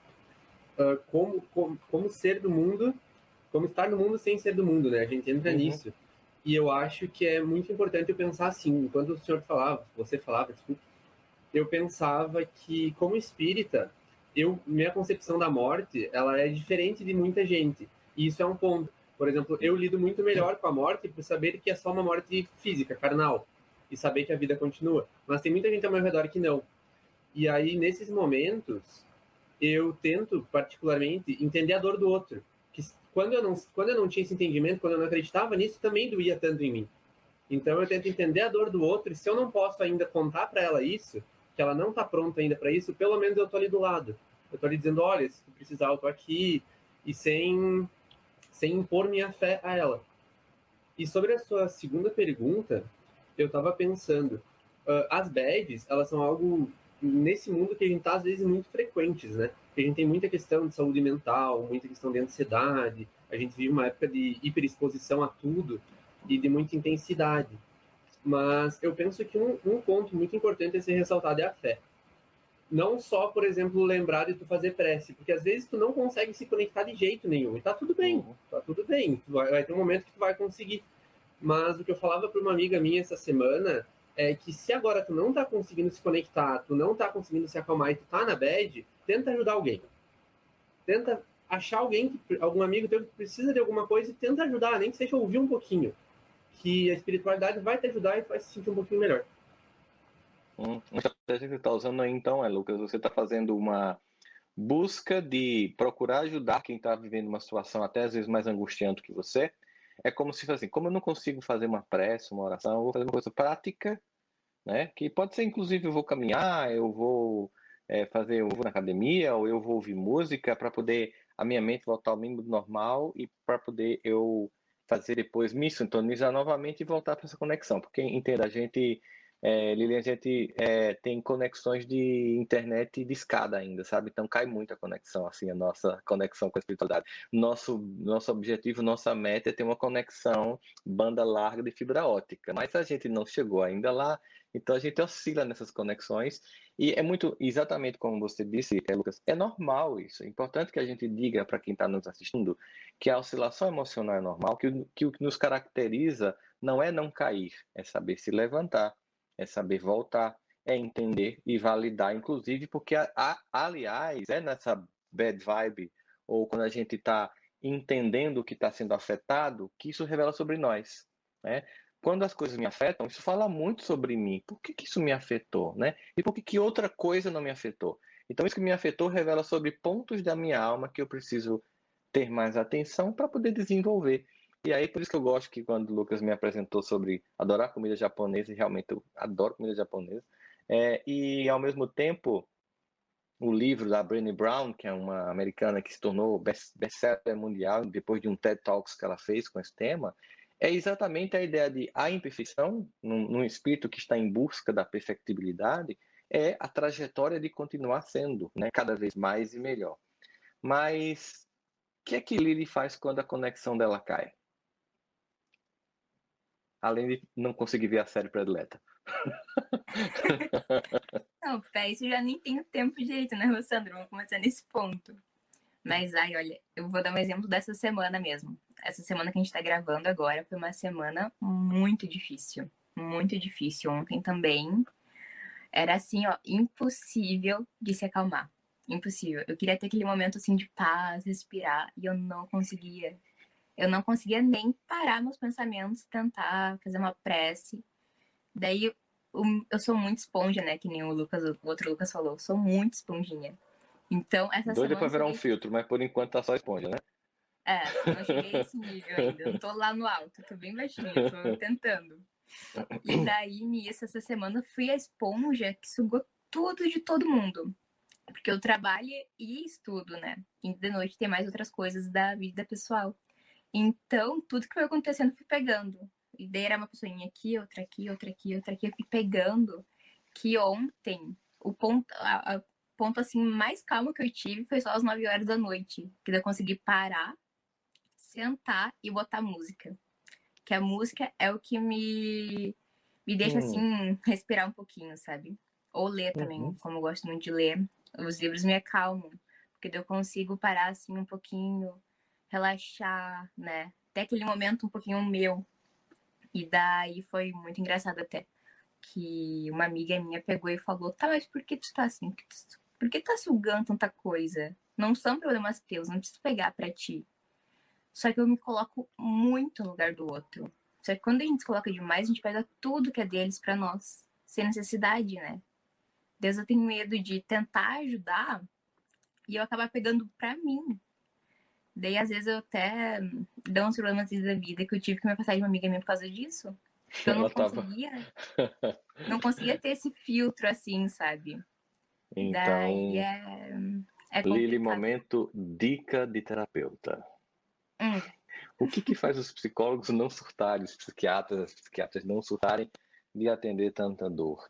como ser do mundo, como estar no mundo sem ser do mundo, né? A gente entra nisso. E eu acho que é muito importante eu pensar assim, enquanto o senhor falava, você falava, desculpa, eu pensava que, como espírita, minha concepção da morte, ela é diferente de muita gente. E isso é um ponto. Por exemplo, eu lido muito melhor com a morte por saber que é só uma morte física, carnal, e saber que a vida continua. Mas tem muita gente ao meu redor que não. E aí, nesses momentos, eu tento, particularmente, entender a dor do outro. Que quando eu não tinha esse entendimento, quando eu não acreditava nisso, também doía tanto em mim. Então, eu tento entender a dor do outro, e se eu não posso ainda contar para ela isso, que ela não está pronta ainda para isso, pelo menos eu tô ali do lado. Eu tô ali dizendo, olha, se tu precisar, eu tô aqui, e sem impor minha fé a ela. E sobre a sua segunda pergunta, eu estava pensando, as bads, elas são algo nesse mundo que a gente está, às vezes, muito frequentes, né? Porque a gente tem muita questão de saúde mental, muita questão de ansiedade, a gente vive uma época de hiperexposição a tudo e de muita intensidade. Mas eu penso que um ponto muito importante a ser ressaltado é a fé. Não só, por exemplo, lembrar de tu fazer prece, porque às vezes tu não consegue se conectar de jeito nenhum, e tá tudo bem, vai ter um momento que tu vai conseguir. Mas o que eu falava para uma amiga minha essa semana é que se agora tu não tá conseguindo se conectar, tu não tá conseguindo se acalmar e tu tá na bad, tenta ajudar alguém. Tenta achar algum amigo teu que precisa de alguma coisa e tenta ajudar, nem que seja ouvir um pouquinho. Que a espiritualidade vai te ajudar e tu vai se sentir um pouquinho melhor. A estratégia que você está usando aí, então, Lucas, você está fazendo uma busca de procurar ajudar quem está vivendo uma situação até às vezes mais angustiante que você. É como se fosse assim, como eu não consigo fazer uma prece, uma oração, eu vou fazer uma coisa prática, né? Que pode ser, inclusive, eu vou caminhar, eu vou eu vou na academia, ou eu vou ouvir música para poder a minha mente voltar ao mínimo normal e para poder eu fazer depois me sintonizar novamente e voltar para essa conexão. Porque, entenda, a gente... Lilian, a gente tem conexões de internet de escada ainda, sabe? Então cai muito a conexão, assim, a nossa conexão com a espiritualidade. Nosso objetivo, nossa meta é ter uma conexão banda larga de fibra ótica, mas a gente não chegou ainda lá, então a gente oscila nessas conexões e é muito, exatamente como você disse, Lucas, é normal isso. É importante que a gente diga para quem está nos assistindo que a oscilação emocional é normal, que o que nos caracteriza não é não cair, é saber se levantar. É saber voltar, é entender e validar, inclusive, porque, aliás, é nessa bad vibe, ou quando a gente está entendendo o que está sendo afetado, que isso revela sobre nós, né? quando as coisas me afetam, isso fala muito sobre mim. Por que isso me afetou, né? E por que outra coisa não me afetou? Então, isso que me afetou revela sobre pontos da minha alma que eu preciso ter mais atenção para poder desenvolver. E aí, por isso que eu gosto que quando o Lucas me apresentou sobre adorar comida japonesa, e realmente eu adoro comida japonesa, e ao mesmo tempo, o livro da Brené Brown, que é uma americana que se tornou best-seller mundial depois de um TED Talks que ela fez com esse tema, é exatamente a ideia de a imperfeição, num espírito que está em busca da perfectibilidade, é a trajetória de continuar sendo, né, cada vez mais e melhor. Mas o que é que Lily faz quando a conexão dela cai? Além de não conseguir ver a série predileta. Não, pra isso eu já nem tenho tempo direito, né, Sandro? Vamos começar nesse ponto. Mas, olha, eu vou dar um exemplo dessa semana mesmo. Essa semana que a gente tá gravando agora foi uma semana muito difícil. Muito difícil. Ontem também. Era assim, ó, impossível de se acalmar. Impossível. Eu queria ter aquele momento, assim, de paz, respirar, e eu não conseguia. Eu não conseguia nem parar meus pensamentos, tentar fazer uma prece. Daí, eu sou muito esponja, né? Que nem o outro Lucas falou. Eu sou muito esponjinha. Então, essa Doida semana... pra virar um filtro, mas por enquanto tá só esponja, né? Não cheguei a esse nível ainda. Eu não tô lá no alto. Tô bem baixinha, tô tentando. E daí, nisso, essa semana, eu fui a esponja que sugou tudo de todo mundo. Porque eu trabalho e estudo, né? E de noite tem mais outras coisas da vida pessoal. Então, tudo que foi acontecendo, eu fui pegando. E daí era uma pessoinha aqui, outra aqui, outra aqui, outra aqui. Eu fui pegando que ontem, o ponto, a ponto assim, mais calmo que eu tive foi só às 9 horas da noite. Que daí eu consegui parar, sentar e botar música. Que a música é o que me deixa, assim, respirar um pouquinho, sabe? Ou ler também, como eu gosto muito de ler. Os livros me acalmam, porque daí eu consigo parar, assim, um pouquinho, relaxar, né? Até aquele momento um pouquinho meu. E daí foi muito engraçado até, que uma amiga minha pegou e falou, tá, mas por que tu tá assim? Por que tu tá sugando tanta coisa? Não são problemas teus, não precisa pegar pra ti. Só que eu me coloco muito no lugar do outro. Só que quando a gente se coloca demais, a gente pega tudo que é deles pra nós. Sem necessidade, né? Deus, eu tenho medo de tentar ajudar e eu acabar pegando pra mim. Daí, às vezes, eu até dou uns problemas da vida que eu tive que me afastar de uma amiga minha por causa disso. Porque eu não conseguia ter esse filtro assim, sabe? Então, daí é complicado. Lily, momento dica de terapeuta. O que faz os psicólogos não surtarem, os psiquiatras não surtarem de atender tanta dor?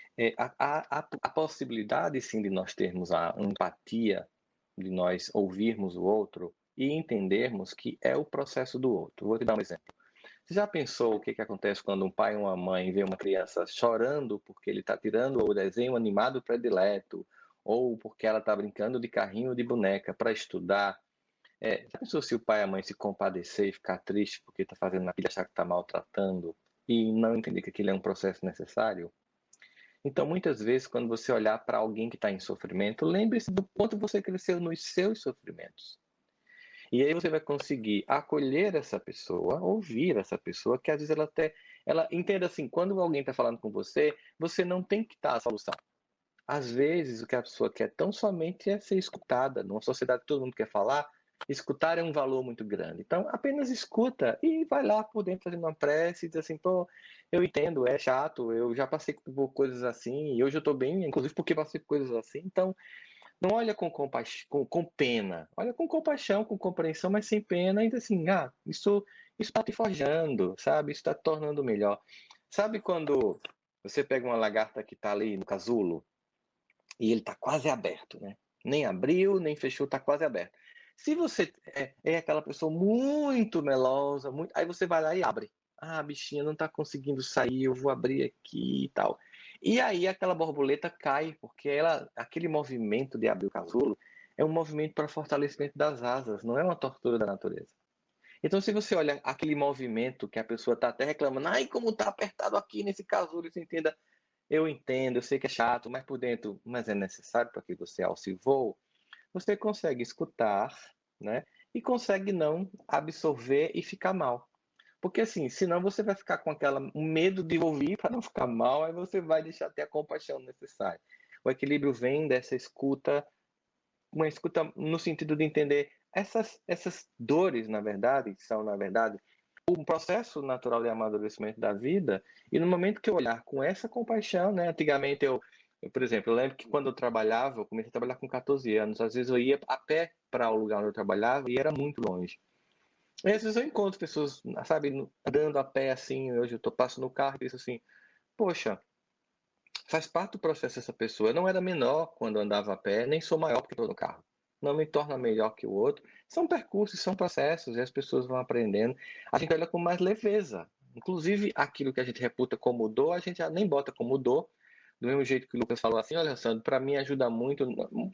A possibilidade, sim, de nós termos a empatia, de nós ouvirmos o outro e entendermos que é o processo do outro. Vou te dar um exemplo. Você já pensou o que acontece quando um pai ou uma mãe vê uma criança chorando porque ele está tirando o desenho animado predileto ou porque ela está brincando de carrinho de boneca para estudar? Já pensou se o pai e a mãe se compadecer e ficar triste porque está fazendo a filha achar que está maltratando e não entender que aquilo é um processo necessário? Então, muitas vezes, quando você olhar para alguém que está em sofrimento, lembre-se do quanto você cresceu nos seus sofrimentos. E aí você vai conseguir acolher essa pessoa, ouvir essa pessoa, que às vezes ela entenda assim, quando alguém está falando com você, você não tem que dar a solução. Às vezes, o que a pessoa quer tão somente é ser escutada. Numa sociedade que todo mundo quer falar, escutar é um valor muito grande. Então, apenas escuta e vai lá por dentro fazendo uma prece e diz assim, pô, eu entendo, é chato, eu já passei por coisas assim e hoje eu estou bem, inclusive porque passei por coisas assim. Então, não olha com pena, olha com compaixão, com compreensão, mas sem pena, ainda assim, isso está te forjando, sabe? Isso está te tornando melhor. Sabe quando você pega uma lagarta que está ali no casulo e ele está quase aberto, né? Nem abriu, nem fechou, está quase aberto. Se você é aquela pessoa muito melosa, aí você vai lá e abre. A bichinha não está conseguindo sair, eu vou abrir aqui e tal. E aí aquela borboleta cai, porque aquele movimento de abrir o casulo é um movimento para fortalecimento das asas, não é uma tortura da natureza. Então, se você olha aquele movimento que a pessoa está até reclamando, ai, como está apertado aqui nesse casulo, você entenda, eu entendo, eu sei que é chato, mas por dentro, mas é necessário para que você alce voo, você consegue escutar, né? E consegue não absorver e ficar mal. Porque assim, senão você vai ficar com um medo de ouvir para não ficar mal, aí você vai deixar ter a compaixão necessária. O equilíbrio vem dessa escuta, uma escuta no sentido de entender essas dores, na verdade, são, na verdade, um processo natural de amadurecimento da vida, e no momento que eu olhar com essa compaixão, né? Antigamente por exemplo, eu lembro que quando eu comecei a trabalhar com 14 anos, às vezes eu ia a pé para o lugar onde eu trabalhava e era muito longe. E às vezes eu encontro pessoas, sabe, andando a pé assim, hoje eu passo no carro e penso assim, poxa, faz parte do processo essa pessoa. Eu não era menor quando andava a pé, nem sou maior porque estou no carro. Não me torna melhor que o outro. São percursos, são processos, e as pessoas vão aprendendo. A gente olha com mais leveza. Inclusive, aquilo que a gente reputa como dor, a gente já nem bota como dor. Do mesmo jeito que o Lucas falou assim, olha, Sandro, para mim ajuda muito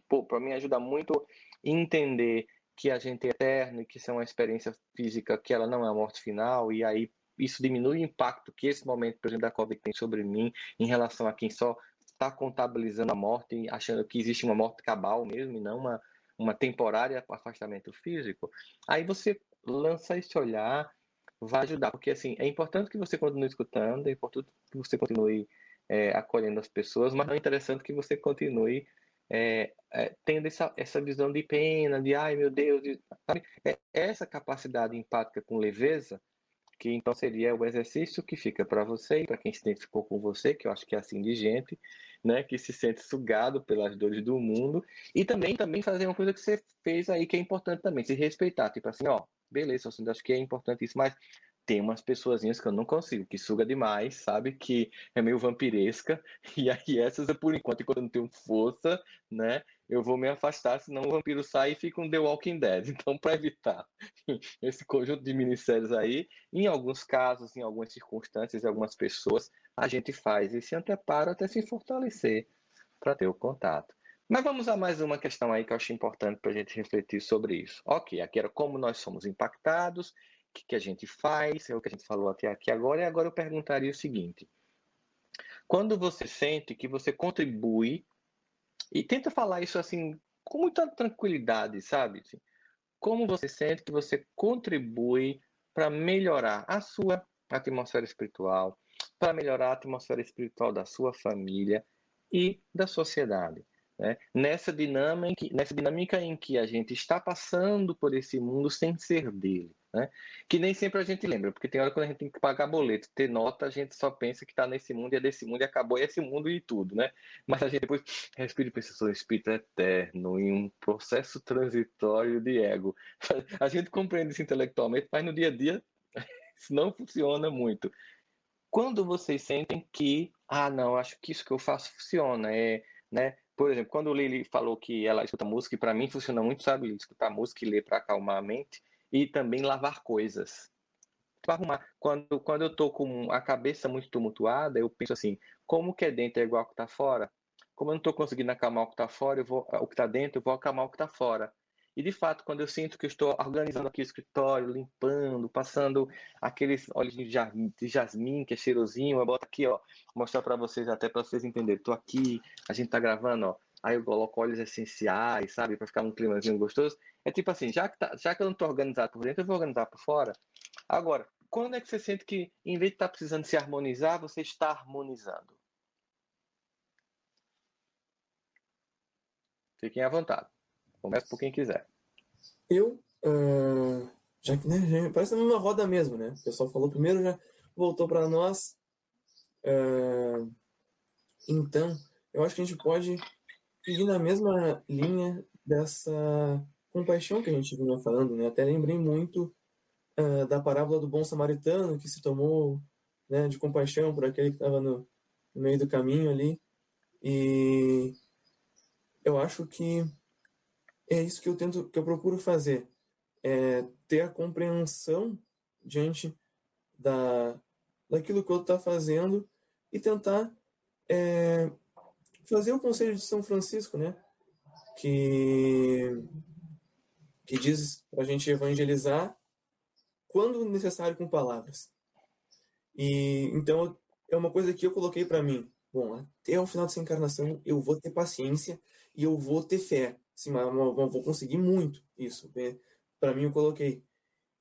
entender que a gente é eterno e que isso é uma experiência física, que ela não é a morte final, e aí isso diminui o impacto que esse momento, por exemplo, da Covid tem sobre mim, em relação a quem só está contabilizando a morte, achando que existe uma morte cabal mesmo, e não uma temporária afastamento físico. Aí você lança esse olhar, vai ajudar, porque assim, é importante que você continue escutando, é importante que você continue acolhendo as pessoas, mas não é interessante que você continue tendo essa visão de pena, de ai meu Deus, sabe? Essa capacidade empática com leveza, que então seria o exercício que fica para você e para quem se identificou com você, que eu acho que é assim de gente, né, que se sente sugado pelas dores do mundo, e também fazer uma coisa que você fez aí que é importante também, se respeitar, tipo assim, ó, beleza, eu acho que é importante isso, mas tem umas pessoazinhas que eu não consigo, que suga demais, sabe? Que é meio vampiresca. E aí essas, por enquanto eu não tenho força, né? Eu vou me afastar, senão o vampiro sai e fica um The Walking Dead. Então, para evitar esse conjunto de minisséries aí, em alguns casos, em algumas circunstâncias, em algumas pessoas, a gente faz esse anteparo até se fortalecer para ter o contato. Mas vamos a mais uma questão aí que eu acho importante para a gente refletir sobre isso. Ok, aqui era como nós somos impactados, o que a gente faz, é o que a gente falou até aqui agora, e agora eu perguntaria o seguinte: quando você sente que você contribui, e tenta falar isso assim com muita tranquilidade, sabe? Assim, como você sente que você contribui para melhorar a sua atmosfera espiritual, para melhorar a atmosfera espiritual da sua família e da sociedade, né? Nessa dinâmica em que a gente está passando por esse mundo sem ser dele, né? Que nem sempre a gente lembra, porque tem hora quando a gente tem que pagar boleto, ter nota, a gente só pensa que está nesse mundo e é desse mundo e acabou esse mundo e tudo, né? Mas a gente depois respira e pensa, sou um espírito eterno em um processo transitório de ego. A gente compreende isso intelectualmente, mas no dia a dia isso não funciona muito. Quando vocês sentem que, não, acho que isso que eu faço funciona, né? Por exemplo, quando o Lili falou que ela escuta música, e para mim funciona muito, sabe? Escutar música e ler para acalmar a mente, e também lavar coisas. Para arrumar. Quando eu estou com a cabeça muito tumultuada, eu penso assim, como o que é dentro é igual ao que está fora? Como eu não estou conseguindo acalmar o que está fora, o que está dentro, eu vou acalmar o que está fora. E, de fato, quando eu sinto que eu estou organizando aqui o escritório, limpando, passando aqueles óleos de jasmim, que é cheirosinho, eu boto aqui, ó, mostrar para vocês, até para vocês entenderem. Estou aqui, a gente está gravando, ó. Aí eu coloco óleos essenciais, sabe, para ficar um climazinho gostoso. É tipo assim, já que eu não estou organizado por dentro, eu vou organizar por fora. Agora, quando é que você sente que, em vez de estar precisando se harmonizar, você está harmonizando? Fiquem à vontade. Começa por quem quiser. Já que, né, parece a mesma roda mesmo, né? O pessoal falou primeiro, já voltou para nós. Então, eu acho que a gente pode seguir na mesma linha dessa compaixão que a gente vinha falando, né? Até lembrei muito da parábola do bom samaritano, que se tomou, né, de compaixão por aquele que estava no meio do caminho ali. E eu acho que é isso que eu procuro fazer, é ter a compreensão diante daquilo que o outro está fazendo e tentar fazer o conselho de São Francisco, né? Que diz para a gente evangelizar quando necessário com palavras. E então é uma coisa que eu coloquei para mim. Bom, até o final dessa encarnação eu vou ter paciência e eu vou ter fé. Sim, mas eu vou conseguir muito isso. Para mim eu coloquei.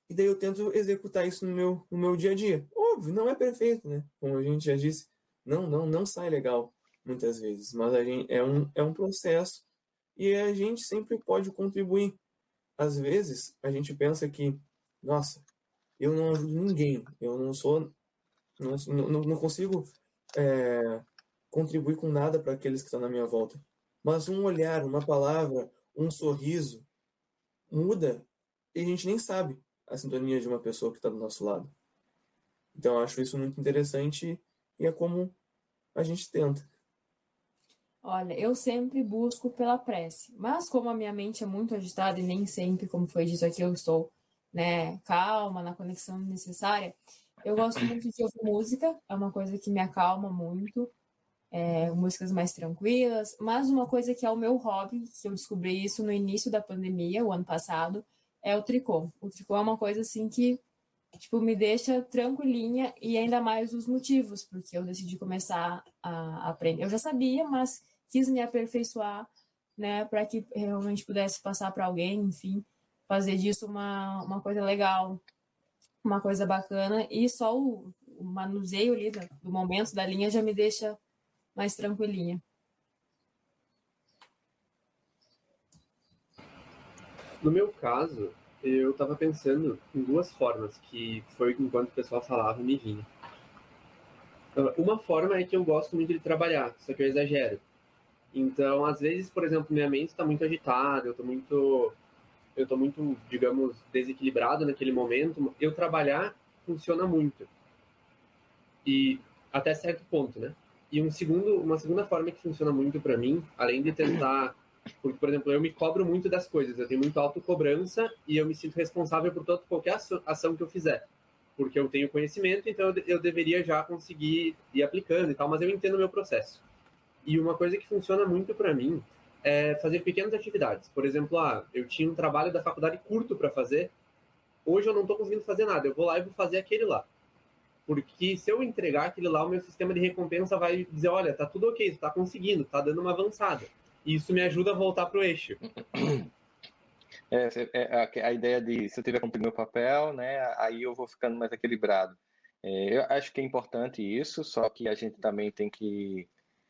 e daí eu tento executar isso no meu dia a dia. Óbvio, não é perfeito, né? Como a gente já disse, não sai legal muitas vezes, mas a gente, é um processo e a gente sempre pode contribuir. Às vezes, a gente pensa que, nossa, eu não ajudo ninguém, eu não consigo contribuir com nada para aqueles que estão na minha volta. Mas um olhar, uma palavra, um sorriso muda e a gente nem sabe a sintonia de uma pessoa que está do nosso lado. Então, eu acho isso muito interessante e é como a gente tenta. Olha, eu sempre busco pela prece, mas como a minha mente é muito agitada e nem sempre, como foi dito aqui, eu estou, né, calma, na conexão necessária, eu gosto muito de ouvir música, é uma coisa que me acalma muito, músicas mais tranquilas, mas uma coisa que é o meu hobby, que eu descobri isso no início da pandemia, o ano passado, é o tricô. O tricô é uma coisa assim que tipo, me deixa tranquilinha e ainda mais os motivos, porque eu decidi começar a aprender. Eu já sabia, mas quis me aperfeiçoar, né, para que realmente pudesse passar para alguém, enfim, fazer disso uma coisa legal, uma coisa bacana, e só o manuseio ali do momento da linha já me deixa mais tranquilinha. No meu caso, eu estava pensando em duas formas, que foi enquanto o pessoal falava me vinha. Uma forma é que eu gosto muito de trabalhar, só que eu exagero. Então, às vezes, por exemplo, minha mente está muito agitada, eu tô muito, digamos, desequilibrado naquele momento. Eu trabalhar funciona muito. E até certo ponto, né? E uma segunda forma que funciona muito para mim, além de tentar, porque, por exemplo, eu me cobro muito das coisas, eu tenho muito autocobrança e eu me sinto responsável por qualquer ação que eu fizer. Porque eu tenho conhecimento, então eu deveria já conseguir ir aplicando e tal, mas eu entendo o meu processo. E uma coisa que funciona muito para mim é fazer pequenas atividades. Por exemplo, eu tinha um trabalho da faculdade curto para fazer, hoje eu não estou conseguindo fazer nada, eu vou lá e vou fazer aquele lá. Porque se eu entregar aquele lá, o meu sistema de recompensa vai dizer, olha, tá tudo ok, tu tá conseguindo, tá dando uma avançada. E isso me ajuda a voltar pro eixo. A ideia de, se eu tiver cumprido meu papel, né, aí eu vou ficando mais equilibrado. Eu acho que é importante isso, só que a gente também tem que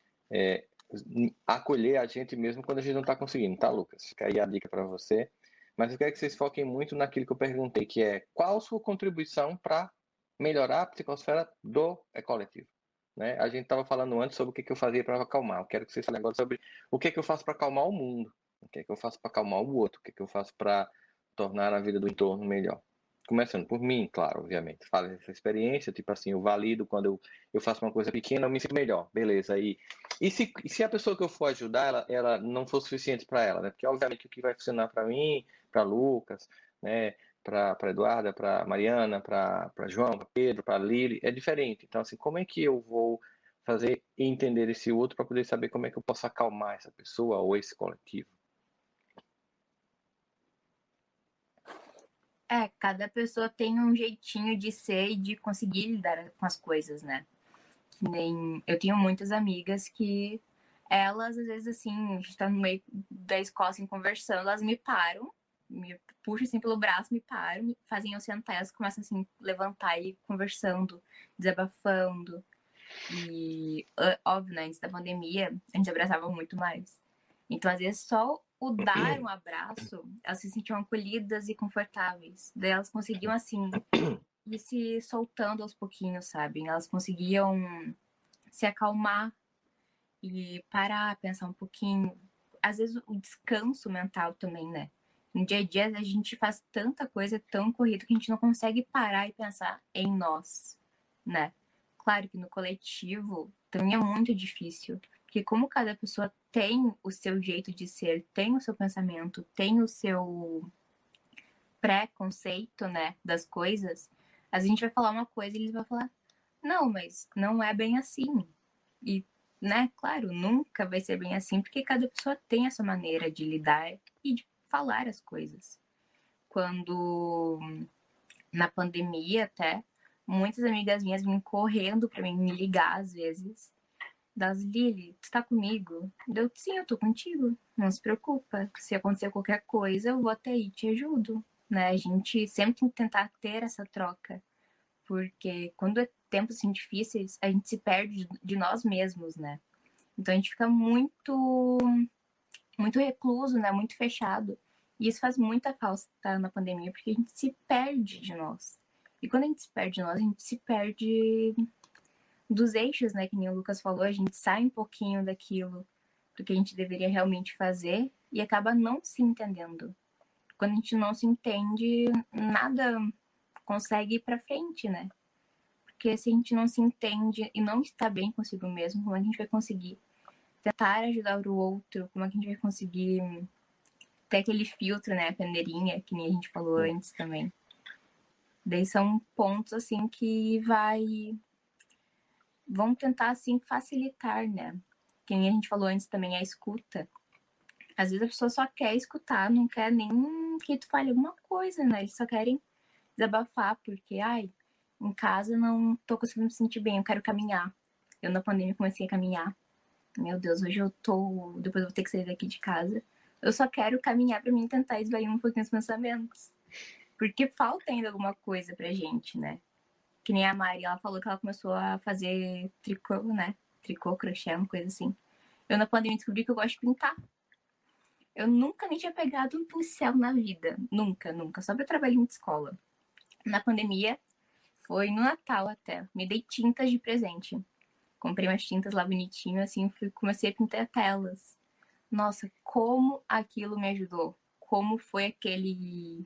acolher a gente mesmo quando a gente não está conseguindo, tá, Lucas? Fica aí a dica para você. Mas eu quero que vocês foquem muito naquilo que eu perguntei, que é qual a sua contribuição para melhorar a psicosfera do coletivo. Né? A gente estava falando antes sobre o que eu fazia para acalmar. Eu quero que vocês falem agora sobre o que eu faço para acalmar o mundo, o que eu faço para acalmar o outro, o que eu faço para tornar a vida do entorno melhor. Começando por mim, claro, obviamente. Fala essa experiência, tipo assim, eu valido quando eu faço uma coisa pequena, eu me sinto melhor, beleza. E se a pessoa que eu for ajudar, ela não for suficiente para ela, né? Porque, obviamente, o que vai funcionar para mim, para Lucas, né? Para Eduarda, para Mariana, para João, para Pedro, para Lili, é diferente. Então, assim, como é que eu vou fazer e entender esse outro para poder saber como é que eu posso acalmar essa pessoa ou esse coletivo? Cada pessoa tem um jeitinho de ser e de conseguir lidar com as coisas, né? Que nem eu tenho muitas amigas que elas, às vezes, assim, a gente tá no meio da escola, assim, conversando, elas me param, me puxam, assim, pelo braço, me param, me fazem eu sentar, elas começam, assim, levantar e ir conversando, desabafando. E, óbvio, né, antes da pandemia, a gente abraçava muito mais. Então, às vezes, só o dar um abraço, elas se sentiam acolhidas e confortáveis. Daí elas conseguiam, assim, ir se soltando aos pouquinhos, sabe? Elas conseguiam se acalmar e parar, pensar um pouquinho. Às vezes, o descanso mental também, né? No dia a dia, a gente faz tanta coisa tão corrida que a gente não consegue parar e pensar em nós, né? Claro que no coletivo também é muito difícil, porque como cada pessoa tem o seu jeito de ser, tem o seu pensamento, tem o seu preconceito, né, das coisas, a gente vai falar uma coisa e eles vão falar, não, mas não é bem assim. E, né, claro, nunca vai ser bem assim, porque cada pessoa tem a sua maneira de lidar e de falar as coisas. Quando, na pandemia até, muitas amigas minhas vinham correndo pra mim, me ligar às vezes. Lili, tu tá comigo? Sim, eu tô contigo. Não se preocupa. Se acontecer qualquer coisa, eu vou até aí e te ajudo. né? A gente sempre tem que tentar ter essa troca, porque quando é tempos assim, difíceis, a gente se perde de nós mesmos, né? Então a gente fica muito recluso, né? Muito fechado. E isso faz muita falta na pandemia, porque a gente se perde de nós. E quando a gente se perde de nós, a gente se perde dos eixos, né? Que nem o Lucas falou, a gente sai um pouquinho daquilo do que a gente deveria realmente fazer e acaba não se entendendo. Quando a gente não se entende, nada consegue ir pra frente, né? Porque se a gente não se entende e não está bem consigo mesmo, como é que a gente vai conseguir tentar ajudar o outro? Como é que a gente vai conseguir ter aquele filtro, né? A peneirinha, que nem a gente falou antes também. Daí são pontos, assim, que vão tentar, assim, facilitar, né? Que nem a gente falou antes também, a escuta. Às vezes a pessoa só quer escutar, não quer nem que tu fale alguma coisa, né? Eles só querem desabafar, porque, em casa não tô conseguindo me sentir bem, eu quero caminhar. Eu na pandemia comecei a caminhar. Meu Deus, hoje depois eu vou ter que sair daqui de casa. Eu só quero caminhar pra mim tentar esvair um pouquinho os pensamentos. Porque falta ainda alguma coisa pra gente, né? Que nem a Mari, ela falou que ela começou a fazer tricô, né? Tricô, crochê, uma coisa assim. Eu na pandemia descobri que eu gosto de pintar. Eu nunca nem tinha pegado um pincel na vida. Nunca. Só pra trabalhinho de escola. Na pandemia, foi no Natal até. Me dei tintas de presente. Comprei umas tintas lá bonitinho, assim, comecei a pintar telas. Nossa, como aquilo me ajudou. Como foi aquele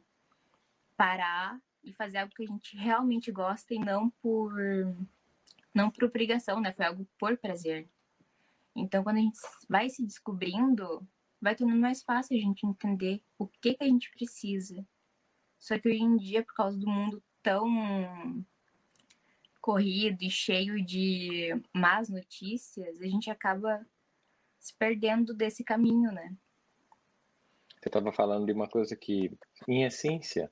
parar e fazer algo que a gente realmente gosta e não por obrigação, né? Foi algo por prazer. Então, quando a gente vai se descobrindo, vai tornando mais fácil a gente entender o que a gente precisa. Só que hoje em dia, por causa do mundo tão corrido e cheio de más notícias, a gente acaba se perdendo desse caminho, né? Você estava falando de uma coisa que, em essência,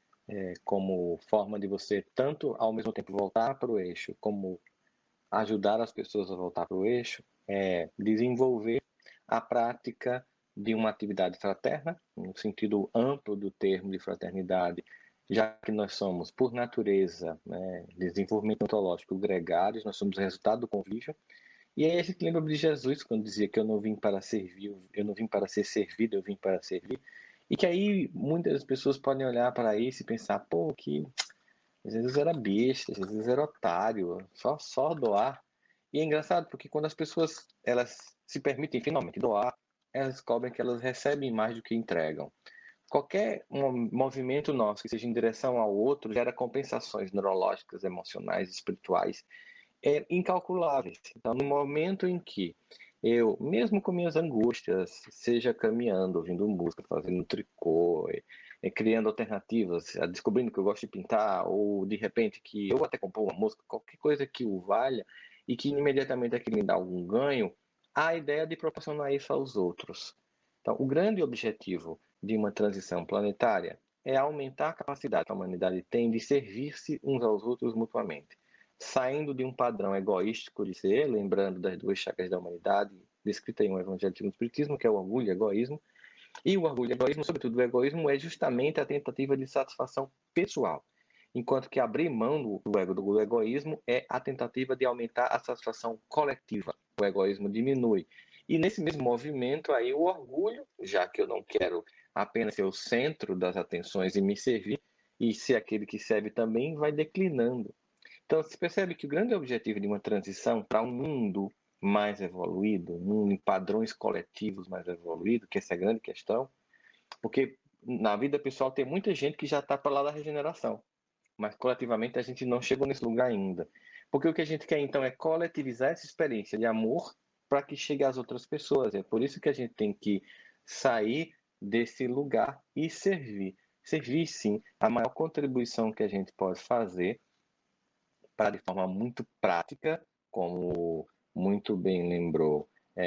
como forma de você tanto ao mesmo tempo voltar para o eixo, como ajudar as pessoas a voltar para o eixo, é desenvolver a prática de uma atividade fraterna, no sentido amplo do termo de fraternidade, já que nós somos, por natureza, né, desenvolvimento ontológico gregários, nós somos resultado do convívio. E aí a gente lembra de Jesus, quando dizia que eu não vim para servir, eu não vim para ser servido, eu vim para servir. E que aí muitas pessoas podem olhar para isso e pensar, pô, que Jesus era besta, Jesus era otário, só doar. E é engraçado porque quando as pessoas elas se permitem finalmente doar, elas descobrem que elas recebem mais do que entregam. Qualquer movimento nosso que seja em direção ao outro gera compensações neurológicas, emocionais, espirituais, incalculáveis. Então, no momento em que eu, mesmo com minhas angústias, seja caminhando, ouvindo música, fazendo tricô, criando alternativas, descobrindo que eu gosto de pintar, ou de repente que eu até compor uma música, qualquer coisa que o valha e que imediatamente aquilo me dá algum ganho, há a ideia de proporcionar isso aos outros. Então, o grande objetivo de uma transição planetária é aumentar a capacidade que a humanidade tem de servir-se uns aos outros mutuamente, saindo de um padrão egoístico de ser, lembrando das duas chagas da humanidade, descrita em um evangelho no Espiritismo, que é o orgulho e o egoísmo. E o orgulho e o egoísmo, sobretudo o egoísmo, é justamente a tentativa de satisfação pessoal. Enquanto que abrir mão do egoísmo é a tentativa de aumentar a satisfação coletiva. O egoísmo diminui. E nesse mesmo movimento aí o orgulho, já que eu não quero apenas ser o centro das atenções e me servir, e ser aquele que serve também, vai declinando. Então, se percebe que o grande objetivo de uma transição para um mundo mais evoluído, um mundo em padrões coletivos mais evoluído, que essa é a grande questão, porque na vida pessoal tem muita gente que já está para lá da regeneração, mas coletivamente a gente não chegou nesse lugar ainda. Porque o que a gente quer então é coletivizar essa experiência de amor para que chegue às outras pessoas. É por isso que a gente tem que sair desse lugar e servir. Servir, sim, a maior contribuição que a gente pode fazer para, de forma muito prática, como muito bem lembrou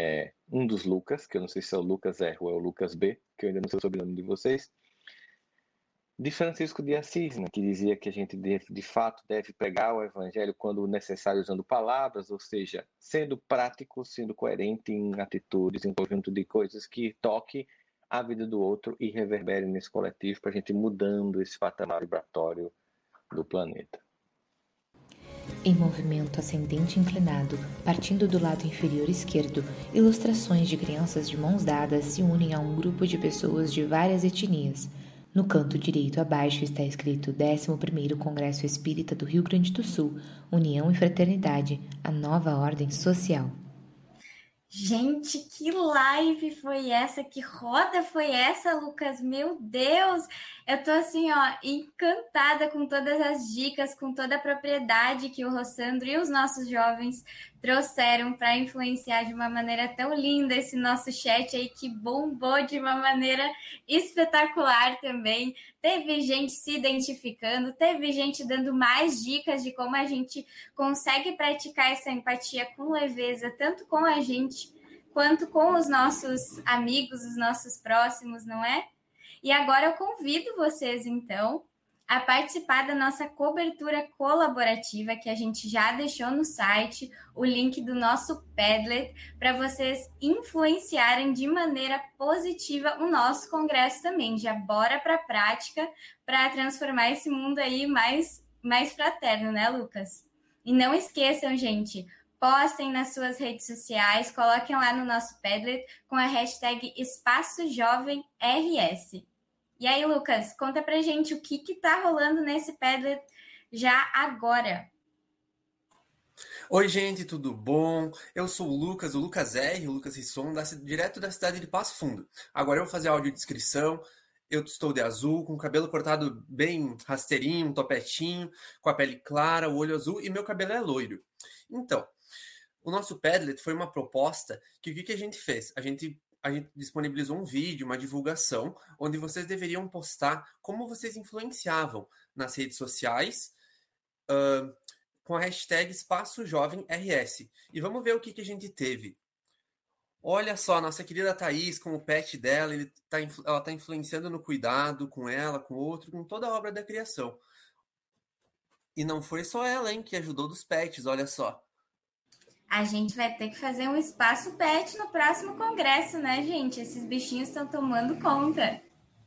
um dos Lucas, que eu não sei se é o Lucas R ou é o Lucas B, que eu ainda não sei o sobrenome de vocês, de Francisco de Assis, né, que dizia que a gente de fato deve pregar o evangelho quando necessário usando palavras, ou seja, sendo prático, sendo coerente em atitudes, em conjunto de coisas que toque a vida do outro e reverbere nesse coletivo para a gente ir mudando esse patamar vibratório do planeta. Em movimento ascendente inclinado, partindo do lado inferior esquerdo, ilustrações de crianças de mãos dadas se unem a um grupo de pessoas de várias etnias. No canto direito abaixo está escrito 11º Congresso Espírita do Rio Grande do Sul, União e Fraternidade, a nova ordem social. Gente, que live foi essa? Que roda foi essa, Lucas? Meu Deus! Eu tô assim, ó, encantada com todas as dicas, com toda a propriedade que o Rossandro e os nossos jovens trouxeram para influenciar de uma maneira tão linda esse nosso chat aí que bombou de uma maneira espetacular também. Teve gente se identificando, teve gente dando mais dicas de como a gente consegue praticar essa empatia com leveza, tanto com a gente quanto com os nossos amigos, os nossos próximos, não é? E agora eu convido vocês, então, a participar da nossa cobertura colaborativa, que a gente já deixou no site, o link do nosso Padlet, para vocês influenciarem de maneira positiva o nosso congresso também. Já bora para a prática para transformar esse mundo aí mais fraterno, né, Lucas? E não esqueçam, gente, postem nas suas redes sociais, coloquem lá no nosso Padlet com a hashtag EspaçoJovemRS. E aí, Lucas, conta pra gente o que tá rolando nesse Padlet já agora. Oi, gente, tudo bom? Eu sou o Lucas R, o Lucas Risson, direto da cidade de Passo Fundo. Agora eu vou fazer audiodescrição. Eu estou de azul, com o cabelo cortado bem rasteirinho, um topetinho, com a pele clara, o olho azul e meu cabelo é loiro. Então, o nosso Padlet foi uma proposta que o que a gente fez? A gente disponibilizou um vídeo, uma divulgação, onde vocês deveriam postar como vocês influenciavam nas redes sociais com a hashtag EspaçoJovemRS. E vamos ver o que a gente teve. Olha só, nossa querida Thaís, com o pet dela, ela está influenciando no cuidado com ela, com o outro, com toda a obra da criação. E não foi só ela, hein, que ajudou dos pets, olha só. A gente vai ter que fazer um espaço pet no próximo congresso, né, gente? Esses bichinhos estão tomando conta.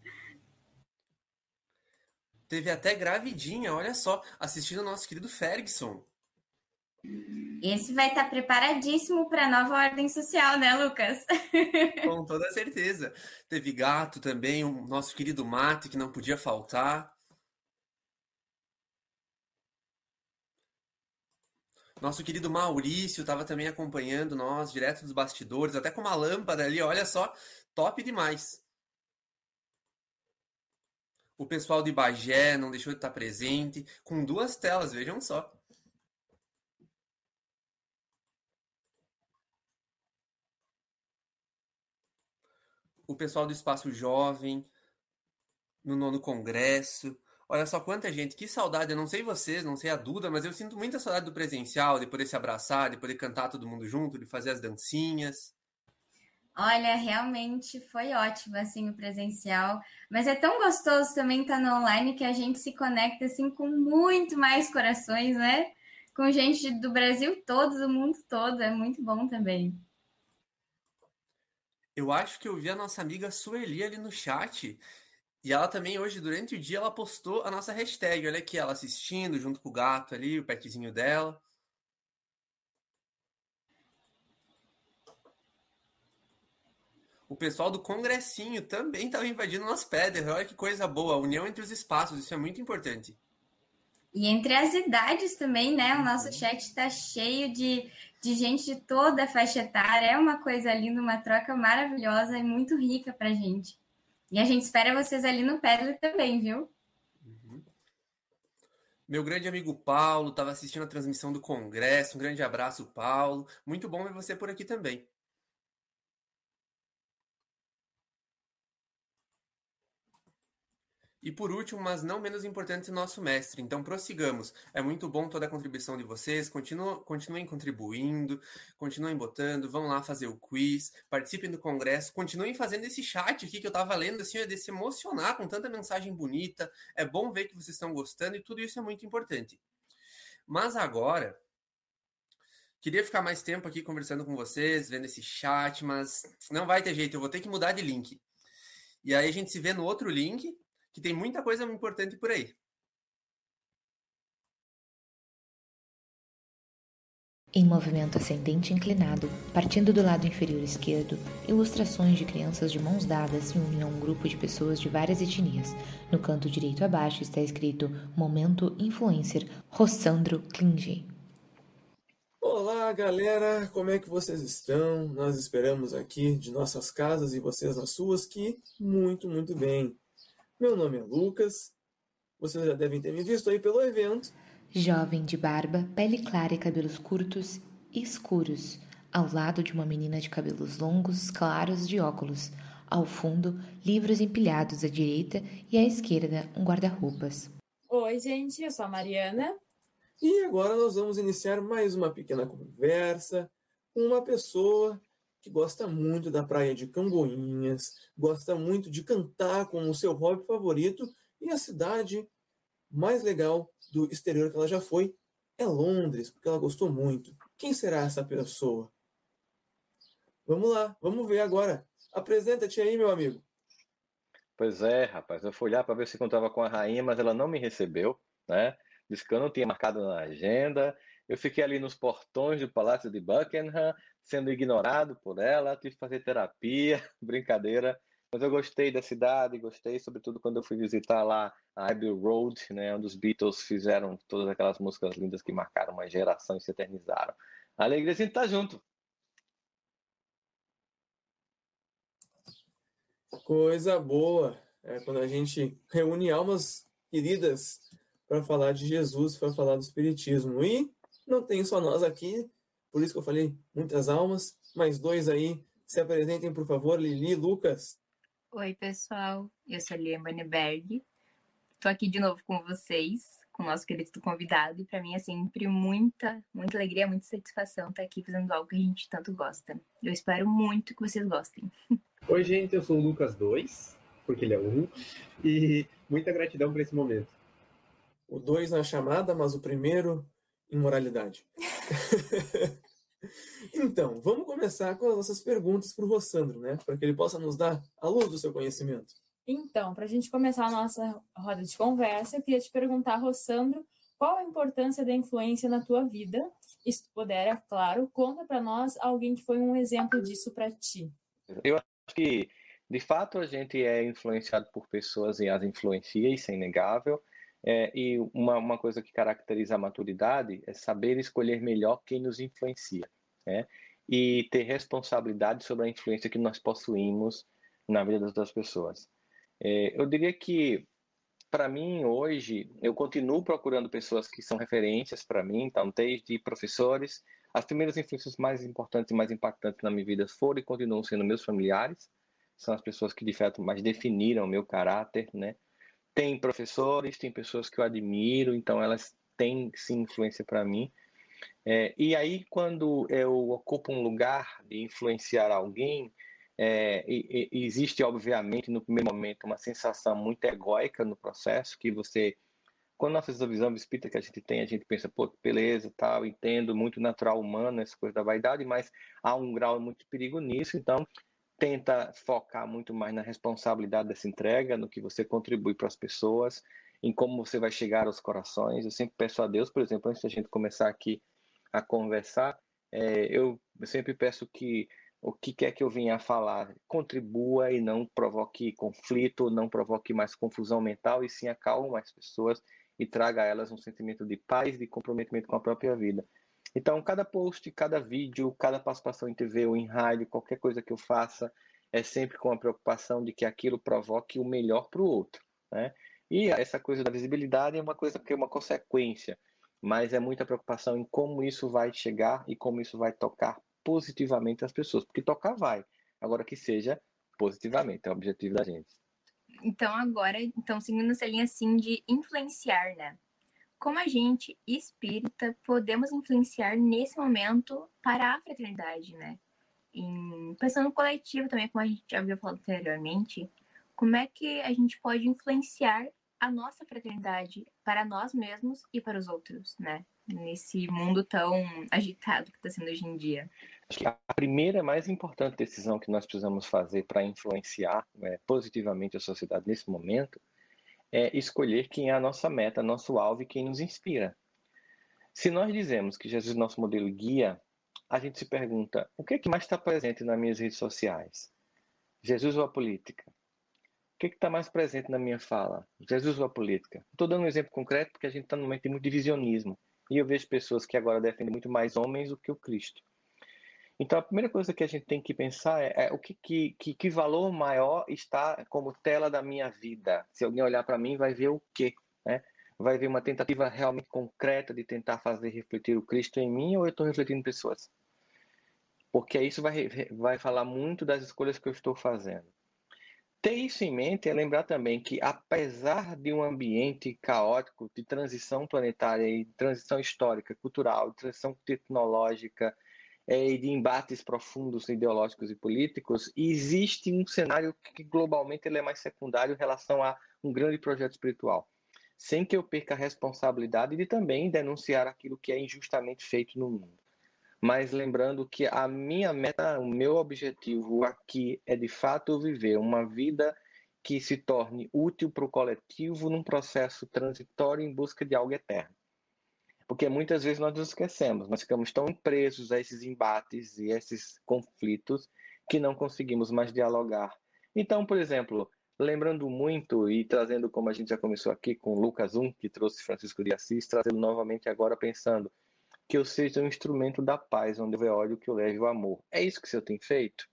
Teve até gravidinha, olha só, assistindo o nosso querido Ferguson. Esse vai estar preparadíssimo para a nova ordem social, né, Lucas? Com toda certeza. Teve gato também, o nosso querido Mate, que não podia faltar. Nosso querido Maurício estava também acompanhando nós, direto dos bastidores, até com uma lâmpada ali, olha só, top demais. O pessoal de Bagé não deixou de estar presente, com 2 telas, vejam só. O pessoal do Espaço Jovem, no 9º Congresso. Olha só quanta gente, que saudade, eu não sei vocês, não sei a Duda, mas eu sinto muita saudade do presencial, de poder se abraçar, de poder cantar todo mundo junto, de fazer as dancinhas. Olha, realmente foi ótimo, assim, o presencial, mas é tão gostoso também estar no online que a gente se conecta, assim, com muito mais corações, né? Com gente do Brasil todo, do mundo todo, é muito bom também. Eu acho que eu vi a nossa amiga Sueli ali no chat. E ela também hoje, durante o dia, ela postou a nossa hashtag. Olha aqui, ela assistindo junto com o gato ali, o petzinho dela. O pessoal do Congressinho também estava invadindo o nosso Padlet. Olha que coisa boa, a união entre os espaços, isso é muito importante. E entre as idades também, né? O nosso chat está cheio de gente de toda a faixa etária. É uma coisa linda, uma troca maravilhosa e muito rica pra gente. E a gente espera vocês ali no Padlet também, viu? Meu grande amigo Paulo estava assistindo a transmissão do Congresso. Um grande abraço, Paulo. Muito bom ver você por aqui também. E por último, mas não menos importante, o nosso mestre. Então, prossigamos. É muito bom toda a contribuição de vocês. Continuem contribuindo, continuem botando, vão lá fazer o quiz, participem do congresso, continuem fazendo esse chat aqui que eu estava lendo, assim, é de se emocionar com tanta mensagem bonita. É bom ver que vocês estão gostando e tudo isso é muito importante. Mas agora, queria ficar mais tempo aqui conversando com vocês, vendo esse chat, mas não vai ter jeito, eu vou ter que mudar de link. E aí a gente se vê no outro link, que tem muita coisa importante por aí. Em movimento ascendente inclinado, partindo do lado inferior esquerdo, ilustrações de crianças de mãos dadas se unem a um grupo de pessoas de várias etnias. No canto direito abaixo está escrito Momento Influencer, Rossandro Klinger. Olá, galera! Como é que vocês estão? Nós esperamos aqui de nossas casas e vocês nas suas que muito, muito bem. Meu nome é Lucas, vocês já devem ter me visto aí pelo evento. Jovem de barba, pele clara e cabelos curtos e escuros, ao lado de uma menina de cabelos longos, claros, de óculos. Ao fundo, livros empilhados à direita e à esquerda, um guarda-roupas. Oi, gente, eu sou a Mariana. E agora nós vamos iniciar mais uma pequena conversa com uma pessoa que gosta muito da praia de Camboinhas, gosta muito de cantar como o seu hobby favorito, e a cidade mais legal do exterior que ela já foi é Londres, porque ela gostou muito. Quem será essa pessoa? Vamos lá, vamos ver agora. Apresenta-te aí, meu amigo. Pois é, rapaz, eu fui olhar para ver se encontrava com a rainha, mas ela não me recebeu, né? Disse que eu não tinha marcado na agenda. Eu fiquei ali nos portões do Palácio de Buckingham, sendo ignorado por ela, tive que fazer terapia, brincadeira. Mas eu gostei da cidade, gostei sobretudo quando eu fui visitar lá a Abbey Road, né, onde os Beatles fizeram todas aquelas músicas lindas que marcaram uma geração e se eternizaram. A alegria de estar junto. Coisa boa. É quando a gente reúne almas queridas para falar de Jesus, para falar do Espiritismo. E não tem só nós aqui, por isso que eu falei muitas almas, mais dois aí. Se apresentem, por favor, Lili e Lucas. Oi, pessoal. Eu sou a Lilian Banneberg. Estou aqui de novo com vocês, com o nosso querido convidado. E para mim é sempre muita alegria, muita satisfação estar aqui fazendo algo que a gente tanto gosta. Eu espero muito que vocês gostem. Oi, gente. Eu sou o Lucas 2, porque ele é 1. E muita gratidão por esse momento. O 2 na chamada, mas o primeiro em moralidade. Então, vamos começar com as nossas perguntas para o Rossandro, né? Para que ele possa nos dar a luz do seu conhecimento. Então, para a gente começar a nossa roda de conversa, eu queria te perguntar, Rossandro, qual a importância da influência na tua vida? E se tu puder, é claro, conta para nós alguém que foi um exemplo disso para ti. Eu acho que, de fato, a gente é influenciado por pessoas e as influencia, isso é inegável. E uma coisa que caracteriza a maturidade é saber escolher melhor quem nos influencia, né? E ter responsabilidade sobre a influência que nós possuímos na vida das outras pessoas. Eu diria que, para mim, hoje, eu continuo procurando pessoas que são referências para mim, então, desde professores. As primeiras influências mais importantes e mais impactantes na minha vida foram e continuam sendo meus familiares, são as pessoas que, de fato, mais definiram o meu caráter, né? Tem professores, tem pessoas que eu admiro, então elas têm, sim, influência para mim. E aí, quando eu ocupo um lugar de influenciar alguém, existe, obviamente, no primeiro momento, uma sensação muito egóica no processo, que você, quando nós fazemos a visão espírita que a gente pensa, pô, beleza, tal, entendo, muito natural humano, essa coisa da vaidade, mas há um grau muito de perigo nisso, então tenta focar muito mais na responsabilidade dessa entrega, no que você contribui para as pessoas, em como você vai chegar aos corações. Eu sempre peço a Deus, por exemplo, antes da gente começar aqui a conversar, eu sempre peço que o que quer que eu venha a falar contribua e não provoque conflito, não provoque mais confusão mental, e sim acalme as pessoas e traga a elas um sentimento de paz, de comprometimento com a própria vida. Então, cada post, cada vídeo, cada participação em TV ou em rádio, qualquer coisa que eu faça, é sempre com a preocupação de que aquilo provoque o melhor para o outro, né? E essa coisa da visibilidade é uma coisa que é uma consequência, mas é muita preocupação em como isso vai chegar e como isso vai tocar positivamente as pessoas, porque tocar vai, agora que seja positivamente, é o objetivo da gente. Então, agora, seguindo essa linha assim de influenciar, né? Como a gente, espírita, podemos influenciar nesse momento para a fraternidade, né? Pensando no coletivo também, como a gente já havia falado anteriormente, como é que a gente pode influenciar a nossa fraternidade para nós mesmos e para os outros, né? Nesse mundo tão agitado que está sendo hoje em dia. Acho que a primeira mais importante decisão que nós precisamos fazer para influenciar positivamente a sociedade nesse momento é escolher quem é a nossa meta, nosso alvo e quem nos inspira. Se nós dizemos que Jesus é nosso modelo guia, a gente se pergunta, o que é que mais está presente nas minhas redes sociais? Jesus ou a política? O que está mais presente na minha fala? Jesus ou a política? Estou dando um exemplo concreto porque a gente está num momento de muito divisionismo. E eu vejo pessoas que agora defendem muito mais homens do que o Cristo. Então, a primeira coisa que a gente tem que pensar é o que valor maior está como tela da minha vida. Se alguém olhar para mim, vai ver o quê? Né? Vai ver uma tentativa realmente concreta de tentar fazer refletir o Cristo em mim ou eu estou refletindo pessoas? Porque isso vai falar muito das escolhas que eu estou fazendo. Ter isso em mente é lembrar também que, apesar de um ambiente caótico de transição planetária e transição histórica, cultural, de transição tecnológica e de embates profundos ideológicos e políticos, existe um cenário que globalmente ele é mais secundário em relação a um grande projeto espiritual, sem que eu perca a responsabilidade de também denunciar aquilo que é injustamente feito no mundo. Mas lembrando que a minha meta, o meu objetivo aqui é de fato viver uma vida que se torne útil para o coletivo num processo transitório em busca de algo eterno. Porque muitas vezes nós nos esquecemos, nós ficamos tão presos a esses embates e esses conflitos que não conseguimos mais dialogar. Então, por exemplo, lembrando muito e trazendo como a gente já começou aqui com Lucas 1, que trouxe Francisco de Assis, trazendo novamente agora pensando que eu seja um instrumento da paz, onde houver ódio, que eu leve o amor. É isso que você tem feito?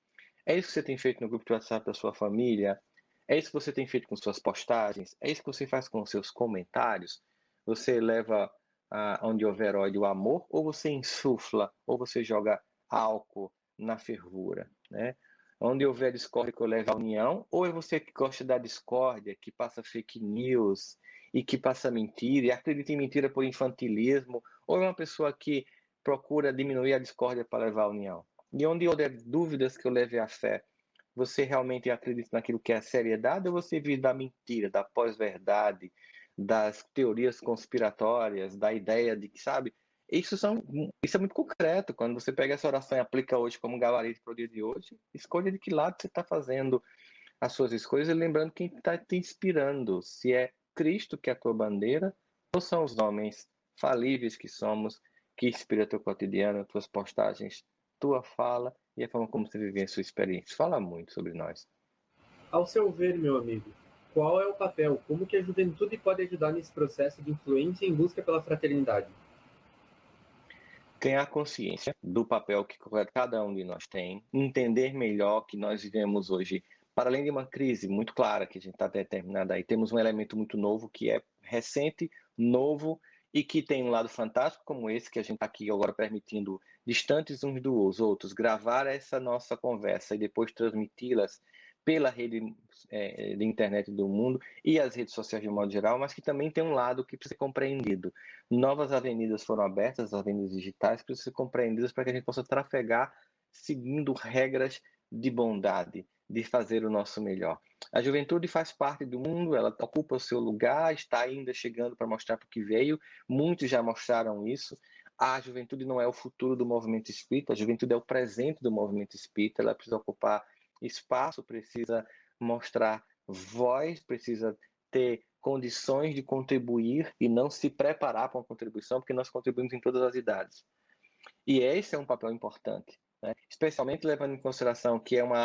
É isso que você tem feito no grupo de WhatsApp da sua família? É isso que você tem feito com suas postagens? É isso que você faz com os seus comentários? Você leva onde houver ódio o amor? Ou você insufla? Ou você joga álcool na fervura? Né? Onde houver discórdia, que eu leve a união? Ou é você que gosta da discórdia, que passa fake news e que passa mentira e acredita em mentira por infantilismo? Ou é uma pessoa que procura diminuir a discórdia para levar a união? E onde houver dúvidas, que eu leve a fé? Você realmente acredita naquilo que é a seriedade ou você vive da mentira, da pós-verdade, das teorias conspiratórias, da ideia de que, sabe, isso é muito concreto. Quando você pega essa oração e aplica hoje como gabarito para o dia de hoje, escolha de que lado você está fazendo as suas escolhas e lembrando quem está te inspirando. Se é Cristo que é a tua bandeira ou são os homens falíveis que somos, que inspira teu cotidiano, tuas postagens, tua fala e a forma como você vive a sua experiência. Fala muito sobre nós. Ao seu ver, meu amigo, qual é o papel, como que a juventude pode ajudar nesse processo de influência em busca pela fraternidade? Ter a consciência do papel que cada um de nós tem, entender melhor que nós vivemos hoje, para além de uma crise muito clara que a gente está determinada aí, temos um elemento muito novo que é recente, novo e que tem um lado fantástico como esse que a gente está aqui agora permitindo, distantes uns dos outros, gravar essa nossa conversa e depois transmiti-las pela rede de internet do mundo e as redes sociais de modo geral, mas que também tem um lado que precisa ser compreendido. Novas avenidas foram abertas, as avenidas digitais, precisam ser compreendidas para que a gente possa trafegar seguindo regras de bondade, de fazer o nosso melhor. A juventude faz parte do mundo, ela ocupa o seu lugar, está ainda chegando para mostrar para o que veio, muitos já mostraram isso. A juventude não é o futuro do movimento espírita, a juventude é o presente do movimento espírita, ela precisa ocupar espaço, precisa mostrar voz, precisa ter condições de contribuir e não se preparar para uma contribuição, porque nós contribuímos em todas as idades. E esse é um papel importante, né? Especialmente levando em consideração que é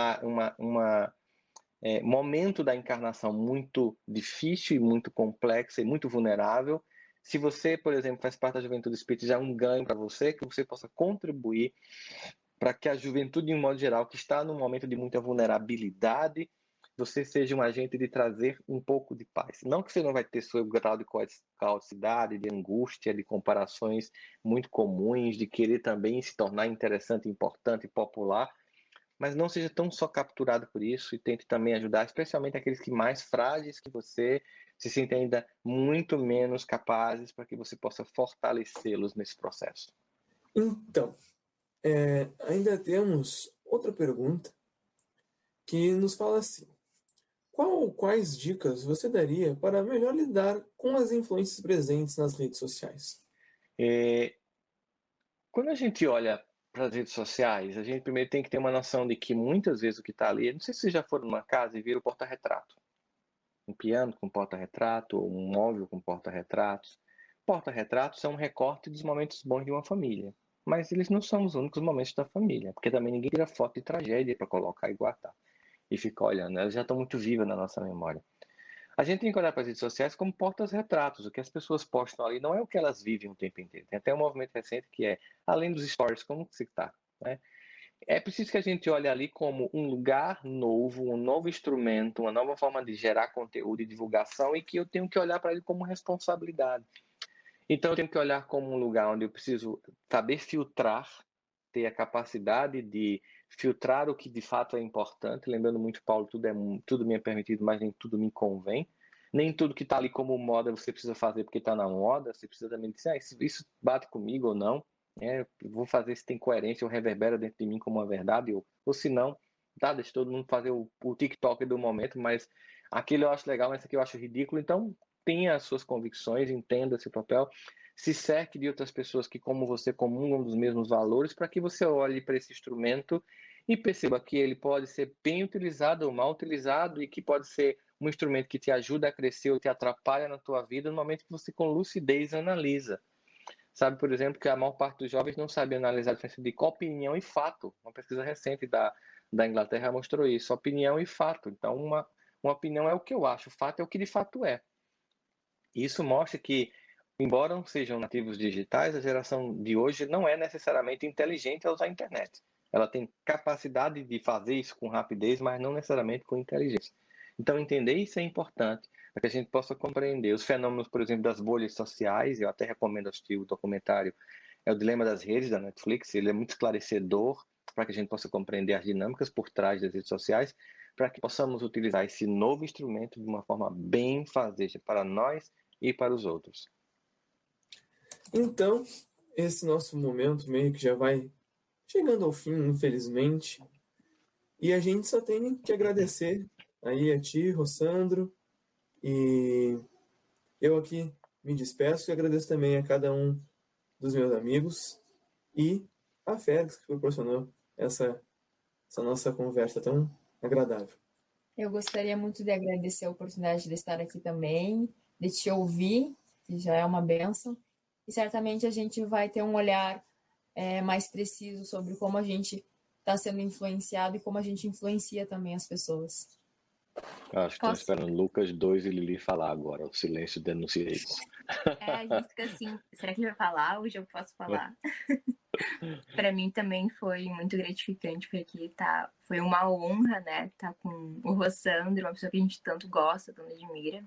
momento da encarnação muito difícil e muito complexa e muito vulnerável. Se você, por exemplo, faz parte da juventude espírita, já é um ganho para você, que você possa contribuir para que a juventude, de um modo geral, que está num momento de muita vulnerabilidade, você seja um agente de trazer um pouco de paz. Não que você não vai ter seu grau de caoticidade, de angústia, de comparações muito comuns, de querer também se tornar interessante, importante, popular, mas não seja tão só capturado por isso e tente também ajudar, especialmente aqueles que mais frágeis que você se sentem ainda muito menos capazes, para que você possa fortalecê-los nesse processo. Então, ainda temos outra pergunta que nos fala assim: Quais dicas você daria para melhor lidar com as influências presentes nas redes sociais? Quando a gente olha para as redes sociais, a gente primeiro tem que ter uma noção de que muitas vezes o que está ali, não sei se vocês já foram numa casa e viram o porta-retrato. Um piano com porta-retrato, ou um móvel com porta-retratos. Porta-retratos são um recorte dos momentos bons de uma família. Mas eles não são os únicos momentos da família, porque também ninguém tira foto de tragédia para colocar e guardar. E ficar olhando, elas já estão muito vivas na nossa memória. A gente tem que olhar para as redes sociais como portas-retratos. O que as pessoas postam ali não é o que elas vivem o tempo inteiro. Tem até um movimento recente que é, além dos stories, como que você está? Né? É preciso que a gente olhe ali como um lugar novo, um novo instrumento, uma nova forma de gerar conteúdo e divulgação, e que eu tenho que olhar para ele como responsabilidade. Então, eu tenho que olhar como um lugar onde eu preciso saber filtrar, ter a capacidade de filtrar o que de fato é importante. Lembrando muito, Paulo, tudo me é permitido, mas nem tudo me convém. Nem tudo que está ali como moda você precisa fazer porque está na moda. Você precisa também dizer, isso bate comigo ou não. Vou fazer se tem coerência ou reverbera dentro de mim como uma verdade. Ou se não, deixa todo mundo fazer o TikTok do momento, mas aquilo eu acho legal, mas aqui eu acho ridículo. Então, tenha as suas convicções, entenda seu papel, se cerque de outras pessoas que, como você, comungam dos mesmos valores, para que você olhe para esse instrumento e perceba que ele pode ser bem utilizado ou mal utilizado, e que pode ser um instrumento que te ajuda a crescer ou te atrapalha na tua vida no momento que você, com lucidez, analisa. Sabe, por exemplo, que a maior parte dos jovens não sabe analisar a diferença de opinião e fato. Uma pesquisa recente da Inglaterra mostrou isso, opinião e fato. Então, uma opinião é o que eu acho, o fato é o que de fato é. Isso mostra que, embora não sejam nativos digitais, a geração de hoje não é necessariamente inteligente ao usar a internet. Ela tem capacidade de fazer isso com rapidez, mas não necessariamente com inteligência. Então, entender isso é importante, para que a gente possa compreender os fenômenos, por exemplo, das bolhas sociais. Eu até recomendo assistir o documentário É o Dilema das Redes, da Netflix. Ele é muito esclarecedor para que a gente possa compreender as dinâmicas por trás das redes sociais, para que possamos utilizar esse novo instrumento de uma forma bem fazeja para nós e para os outros. Então, esse nosso momento meio que já vai chegando ao fim, infelizmente. E a gente só tem que agradecer aí a ti, Rossandro. E eu aqui me despeço e agradeço também a cada um dos meus amigos e a Félix, que proporcionou essa nossa conversa tão agradável. Eu gostaria muito de agradecer a oportunidade de estar aqui também, de te ouvir, que já é uma bênção. E certamente a gente vai ter um olhar mais preciso sobre como a gente está sendo influenciado e como a gente influencia também as pessoas. Acho que estou esperando Lucas 2 e Lili falar agora. O silêncio denuncia isso. A gente fica assim, será que ele vai falar? Hoje eu posso falar? Para mim também foi muito gratificante, porque foi uma honra, né, estar com o Rossandro, uma pessoa que a gente tanto gosta, tanto admira.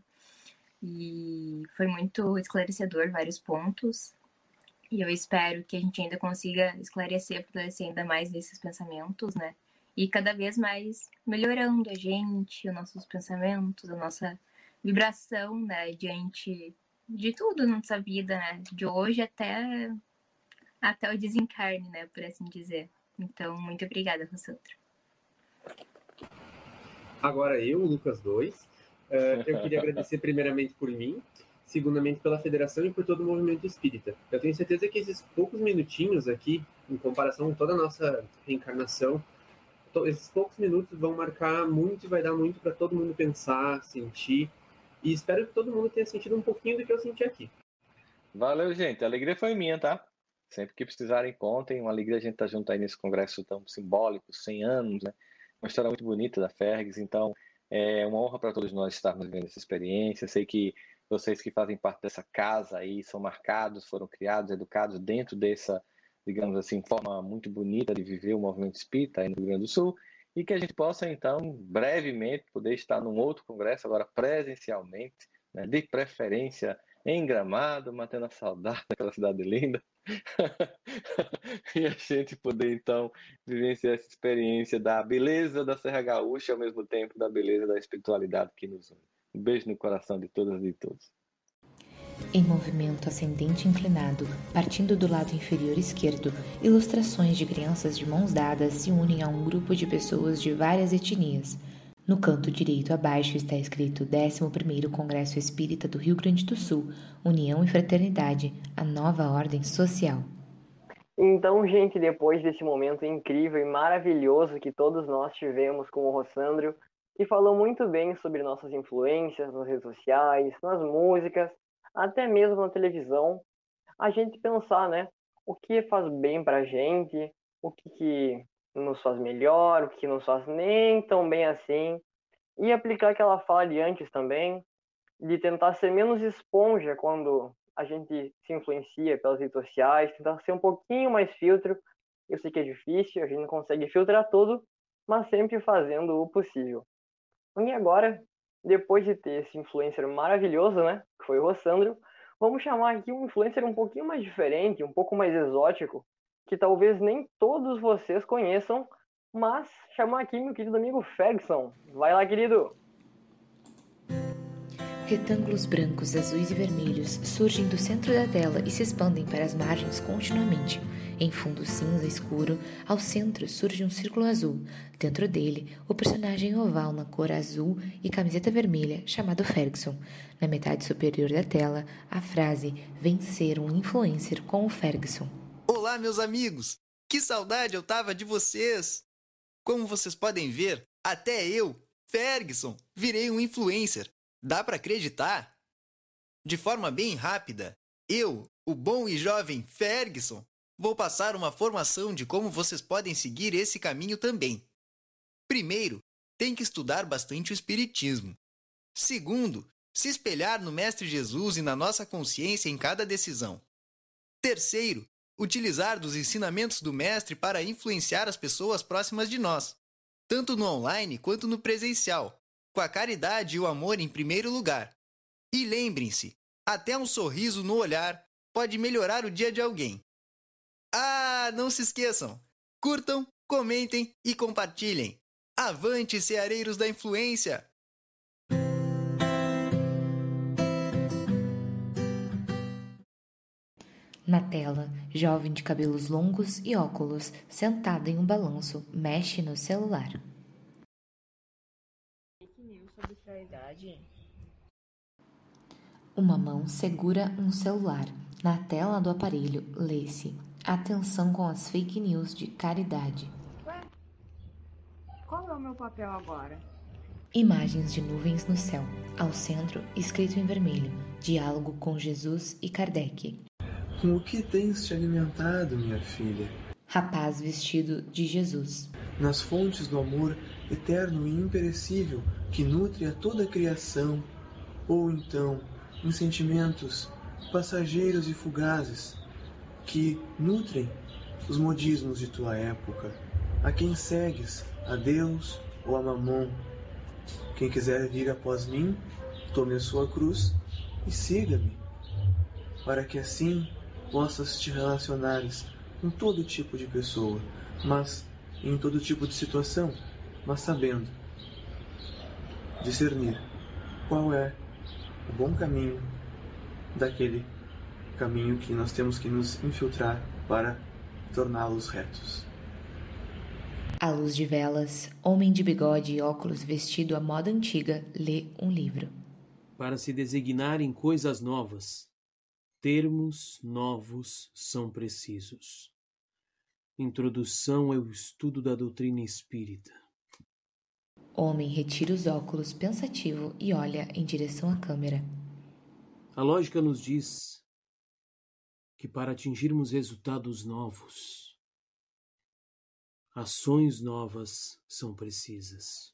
E foi muito esclarecedor vários pontos. E eu espero que a gente ainda consiga esclarecer, fortalecer ainda mais desses pensamentos, né? E cada vez mais melhorando a gente, os nossos pensamentos, a nossa vibração, né? Diante de tudo na nossa vida, né? De hoje até o desencarne, né? Por assim dizer. Então, muito obrigada, Rossandro. Agora eu, Lucas 2. Eu queria agradecer primeiramente por mim, segundamente pela Federação e por todo o movimento espírita. Eu tenho certeza que esses poucos minutinhos aqui, em comparação com toda a nossa reencarnação, esses poucos minutos vão marcar muito e vai dar muito para todo mundo pensar, sentir. E espero que todo mundo tenha sentido um pouquinho do que eu senti aqui. Valeu, gente. A alegria foi minha, tá? Sempre que precisarem, contem. Uma alegria a gente estar junto aí nesse congresso tão simbólico, 100 anos, né? Uma história muito bonita da Fergs. Então, é uma honra para todos nós estarmos vivendo essa experiência. Sei que vocês que fazem parte dessa casa aí são marcados, foram criados, educados dentro dessa, digamos assim, forma muito bonita de viver o movimento espírita aí no Rio Grande do Sul, e que a gente possa, então, brevemente poder estar num outro congresso, agora presencialmente, né, de preferência em Gramado, matando a saudade daquela cidade linda, e a gente poder, então, vivenciar essa experiência da beleza da Serra Gaúcha, ao mesmo tempo da beleza da espiritualidade que nos une. Um beijo no coração de todas e todos. Em movimento ascendente inclinado, partindo do lado inferior esquerdo, ilustrações de crianças de mãos dadas se unem a um grupo de pessoas de várias etnias. No canto direito abaixo está escrito 11º Congresso Espírita do Rio Grande do Sul, União e Fraternidade, a nova ordem social. Então, gente, depois desse momento incrível e maravilhoso que todos nós tivemos com o Rossandro, que falou muito bem sobre nossas influências nas redes sociais, nas músicas, até mesmo na televisão, a gente pensar, né, o que faz bem pra gente, o que nos faz melhor, o que nos faz nem tão bem assim, e aplicar aquela fala de antes também, de tentar ser menos esponja quando a gente se influencia pelas redes sociais, tentar ser um pouquinho mais filtro. Eu sei que é difícil, a gente não consegue filtrar tudo, mas sempre fazendo o possível. E agora, depois de ter esse influencer maravilhoso, né, que foi o Rossandro, vamos chamar aqui um influencer um pouquinho mais diferente, um pouco mais exótico, que talvez nem todos vocês conheçam, mas chamar aqui meu querido amigo Ferguson. Vai lá, querido! Retângulos brancos, azuis e vermelhos surgem do centro da tela e se expandem para as margens continuamente. Em fundo cinza escuro, ao centro surge um círculo azul. Dentro dele, o personagem oval na cor azul e camiseta vermelha, chamado Ferguson. Na metade superior da tela, a frase "Vem ser um influencer com o Ferguson". Olá, meus amigos! Que saudade eu tava de vocês! Como vocês podem ver, até eu, Ferguson, virei um influencer. Dá para acreditar? De forma bem rápida, eu, o bom e jovem Ferguson, vou passar uma formação de como vocês podem seguir esse caminho também. Primeiro, tem que estudar bastante o Espiritismo. Segundo, se espelhar no Mestre Jesus e na nossa consciência em cada decisão. Terceiro, utilizar dos ensinamentos do Mestre para influenciar as pessoas próximas de nós, tanto no online quanto no presencial, com a caridade e o amor em primeiro lugar. E lembrem-se, até um sorriso no olhar pode melhorar o dia de alguém. Ah, não se esqueçam! Curtam, comentem e compartilhem! Avante, ceareiros da influência! Na tela, jovem de cabelos longos e óculos, sentado em um balanço, mexe no celular. Uma mão segura um celular. Na tela do aparelho, lê-se: atenção com as fake news de caridade. Ué? Qual é o meu papel agora? Imagens de nuvens no céu. Ao centro, escrito em vermelho: diálogo com Jesus e Kardec. Com o que tens te alimentado, minha filha? Rapaz vestido de Jesus. Nas fontes do amor eterno e imperecível que nutre a toda a criação, ou então em sentimentos passageiros e fugazes que nutrem os modismos de tua época. A quem segues, a Deus ou a Mamon? Quem quiser vir após mim, tome a sua cruz e siga-me, para que assim possas te relacionares com todo tipo de pessoa, mas em todo tipo de situação, mas sabendo discernir qual é o bom caminho daquele caminho que nós temos que nos infiltrar para torná-los retos. À luz de velas, homem de bigode e óculos vestido à moda antiga lê um livro. Para se designarem coisas novas, termos novos são precisos. Introdução ao estudo da doutrina espírita. Homem retira os óculos pensativo e olha em direção à câmera. A lógica nos diz que para atingirmos resultados novos, ações novas são precisas.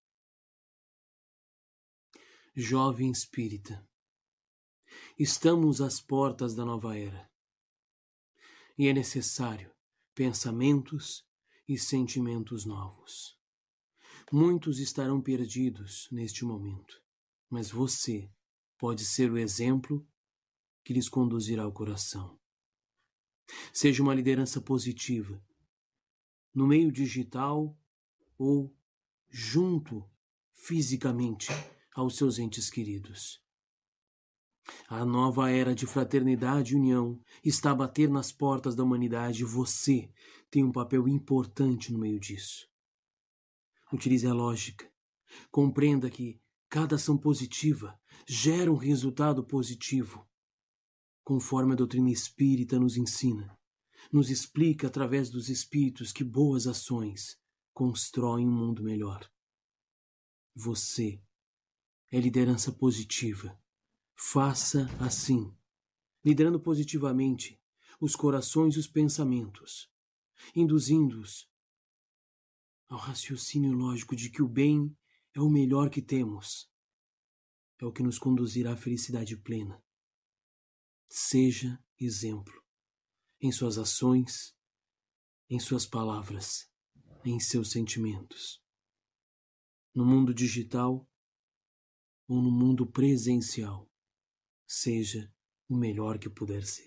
Jovem espírita, estamos às portas da nova era e é necessário pensamentos e sentimentos novos. Muitos estarão perdidos neste momento, mas você pode ser o exemplo que lhes conduzirá ao coração. Seja uma liderança positiva, no meio digital ou junto fisicamente aos seus entes queridos. A nova era de fraternidade e união está a bater nas portas da humanidade e você tem um papel importante no meio disso. Utilize a lógica, Compreenda que cada ação positiva gera um resultado positivo, conforme a doutrina espírita nos ensina. Nos explica através dos espíritos que boas ações constroem um mundo melhor. Você é liderança positiva. Faça assim, liderando positivamente os corações e os pensamentos, induzindo-os ao raciocínio lógico de que o bem é o melhor que temos, é o que nos conduzirá à felicidade plena. Seja exemplo em suas ações, em suas palavras, em seus sentimentos. No mundo digital ou no mundo presencial, seja o melhor que puder ser.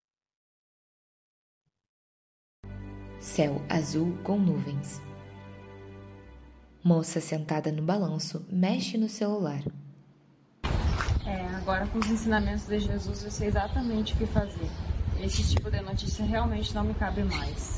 Céu azul com nuvens. Moça sentada no balanço mexe no celular. Agora com os ensinamentos de Jesus eu sei exatamente o que fazer. Esse tipo de notícia realmente não me cabe mais.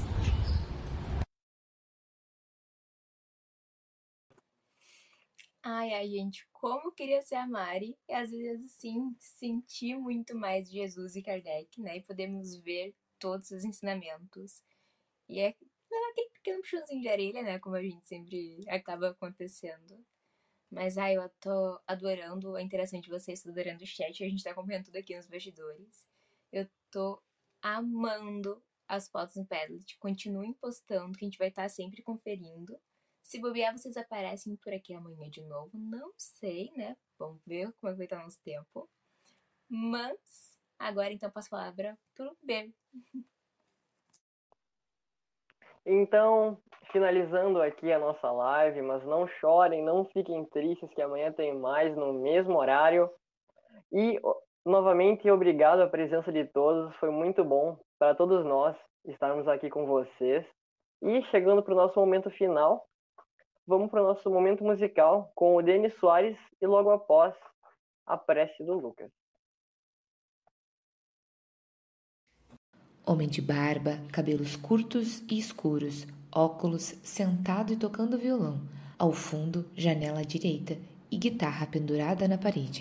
Ai, gente, como eu queria ser a Mari e às vezes, assim, sentir muito mais Jesus e Kardec, né? E podemos ver todos os ensinamentos. E é aquele pequeno puxãozinho de orelha, né? Como a gente sempre acaba acontecendo. Mas, eu tô adorando a interação de vocês, tô adorando o chat. A gente tá acompanhando tudo aqui nos bastidores. Eu tô amando as fotos no Padlet. Continuem postando, que a gente vai estar sempre conferindo. Se bobear, vocês aparecem por aqui amanhã de novo. Não sei, né? Vamos ver como é que vai estar o nosso tempo. Mas, agora então passo a palavra pro Ber. Então, finalizando aqui a nossa live, mas não chorem, não fiquem tristes, que amanhã tem mais no mesmo horário. E, novamente, obrigado à presença de todos. Foi muito bom para todos nós estarmos aqui com vocês. E, chegando para o nosso momento final, vamos para o nosso momento musical com o Denis Soares e logo após a prece do Lucas. Homem de barba, cabelos curtos e escuros, óculos, sentado e tocando violão. Ao fundo, janela à direita e guitarra pendurada na parede.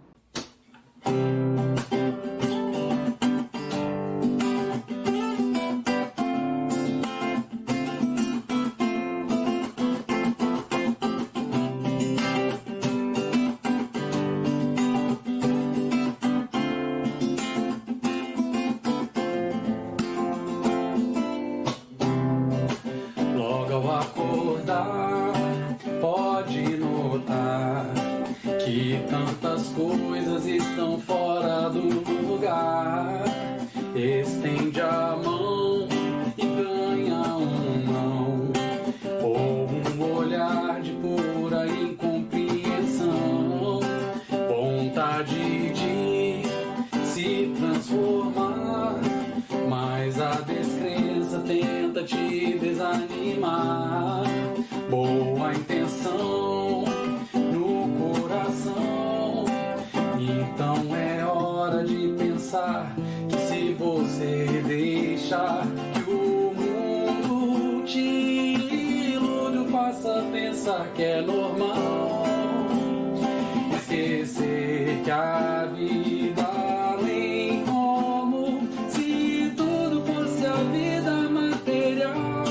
Estende a mão e ganha um não, ou um olhar de pura incompreensão, vontade de se transformar, mas a descrença tenta te desanimar. Boa intenção no coração, então é hora de pensar que se você deixar que o mundo te ilude, faça pensar que é normal esquecer que a vida além como se tudo fosse a vida material.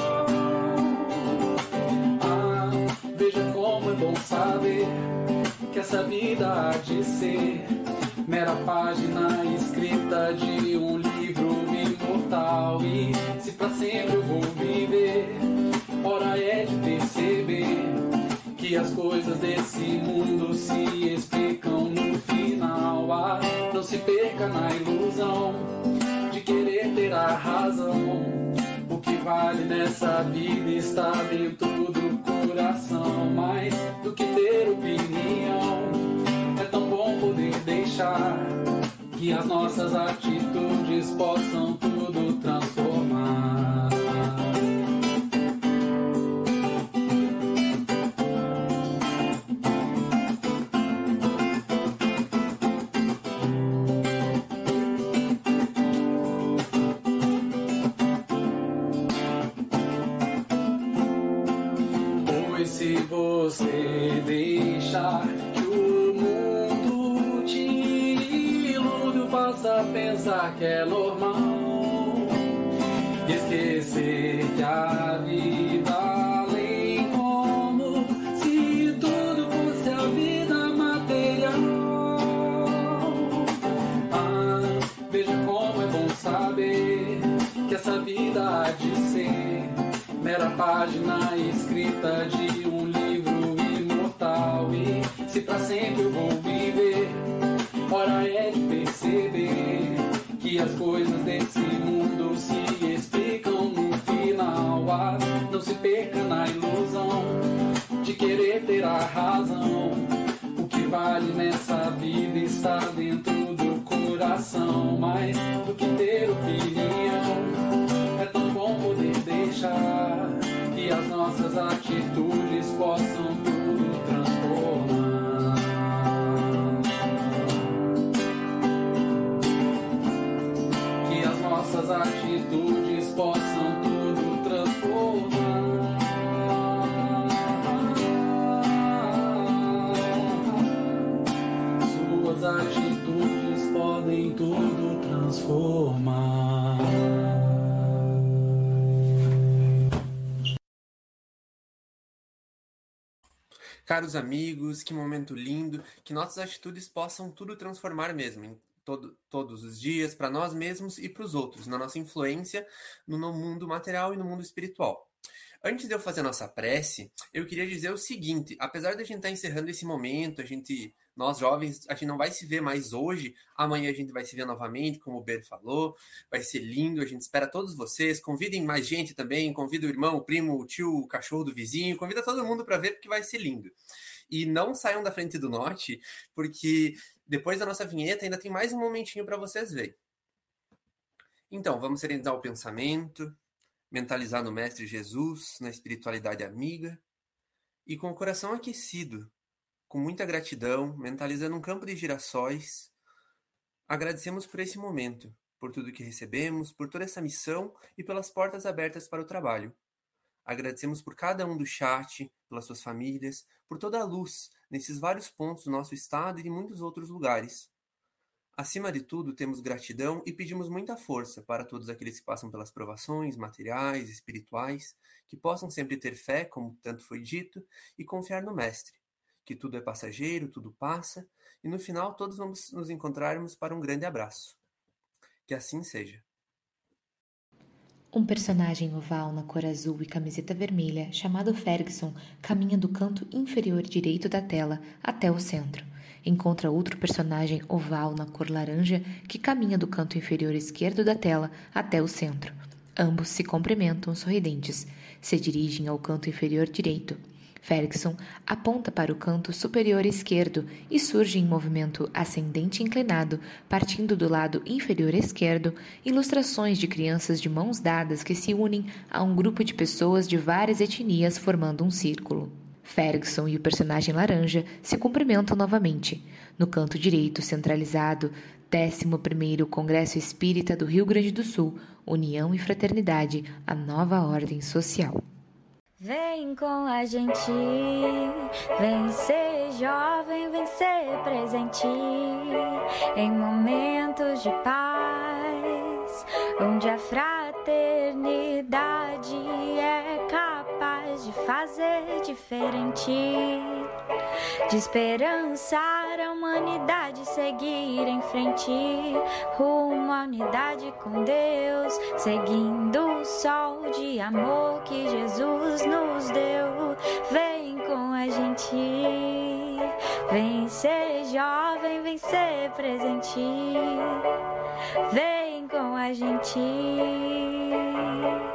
Veja como é bom saber que essa vida há de ser mera página escrita de um livro imortal. E se pra sempre eu vou viver, hora é de perceber que as coisas desse mundo se explicam no final. Não se perca na ilusão de querer ter a razão. O que vale nessa vida está dentro do coração. Mais do que ter opinião, é tão bom poder deixar que as nossas atitudes possam tudo transformar. Pois se você você deixar que o mundo te ilude, faça pensar que é normal, esquecer que a vida além como se tudo fosse a vida material. Veja como é bom saber que essa vida há de ser mera página escrita de um livro imortal. E se pra sempre eu vou viver, hora é de perceber que as coisas desse mundo se explicam no final. Não se perca na ilusão de querer ter a razão. O que vale nessa vida está dentro do coração. Mais do que ter opinião, é tão bom poder deixar que as nossas atitudes possam tudo transformar. Que as nossas atitudes possam tudo transformar. Suas atitudes podem tudo transformar. Caros amigos, que momento lindo, que nossas atitudes possam tudo transformar mesmo, em todos os dias, para nós mesmos e para os outros, na nossa influência no mundo material e no mundo espiritual. Antes de eu fazer a nossa prece, eu queria dizer o seguinte: apesar de a gente estar encerrando esse momento, nós jovens, a gente não vai se ver mais hoje, amanhã a gente vai se ver novamente, como o Ber falou, vai ser lindo, a gente espera todos vocês, convidem mais gente também, convida o irmão, o primo, o tio, o cachorro do vizinho, convida todo mundo para ver, porque vai ser lindo. E não saiam da frente do norte, porque depois da nossa vinheta ainda tem mais um momentinho para vocês verem. Então, vamos serenizar o pensamento, mentalizar no Mestre Jesus, na espiritualidade amiga, e com o coração aquecido, com muita gratidão, mentalizando um campo de girassóis, agradecemos por esse momento, por tudo que recebemos, por toda essa missão e pelas portas abertas para o trabalho. Agradecemos por cada um do chat, pelas suas famílias, por toda a luz nesses vários pontos do nosso estado e de muitos outros lugares. Acima de tudo, temos gratidão e pedimos muita força para todos aqueles que passam pelas provações materiais, espirituais, que possam sempre ter fé, como tanto foi dito, e confiar no Mestre, que tudo é passageiro, tudo passa, e no final todos vamos nos encontrarmos para um grande abraço. Que assim seja. Um personagem oval na cor azul e camiseta vermelha, chamado Ferguson, caminha do canto inferior direito da tela até o centro. Encontra outro personagem oval na cor laranja que caminha do canto inferior esquerdo da tela até o centro. Ambos se cumprimentam sorridentes. Se dirigem ao canto inferior direito. Ferguson aponta para o canto superior esquerdo e surge em movimento ascendente inclinado, partindo do lado inferior esquerdo, ilustrações de crianças de mãos dadas que se unem a um grupo de pessoas de várias etnias formando um círculo. Ferguson e o personagem laranja se cumprimentam novamente. No canto direito centralizado, 11º Congresso Espírita do Rio Grande do Sul, União e Fraternidade, a nova ordem social. Vem com a gente, vem ser jovem, vem ser presente, em momentos de paz, onde a fraternidade é capaz de fazer diferente, de esperançar a humanidade, seguir em frente, rumo à unidade com Deus, seguindo o sol de amor que Jesus nos deu. Vem com a gente, vem ser jovem, vem ser presente, vem com a gente.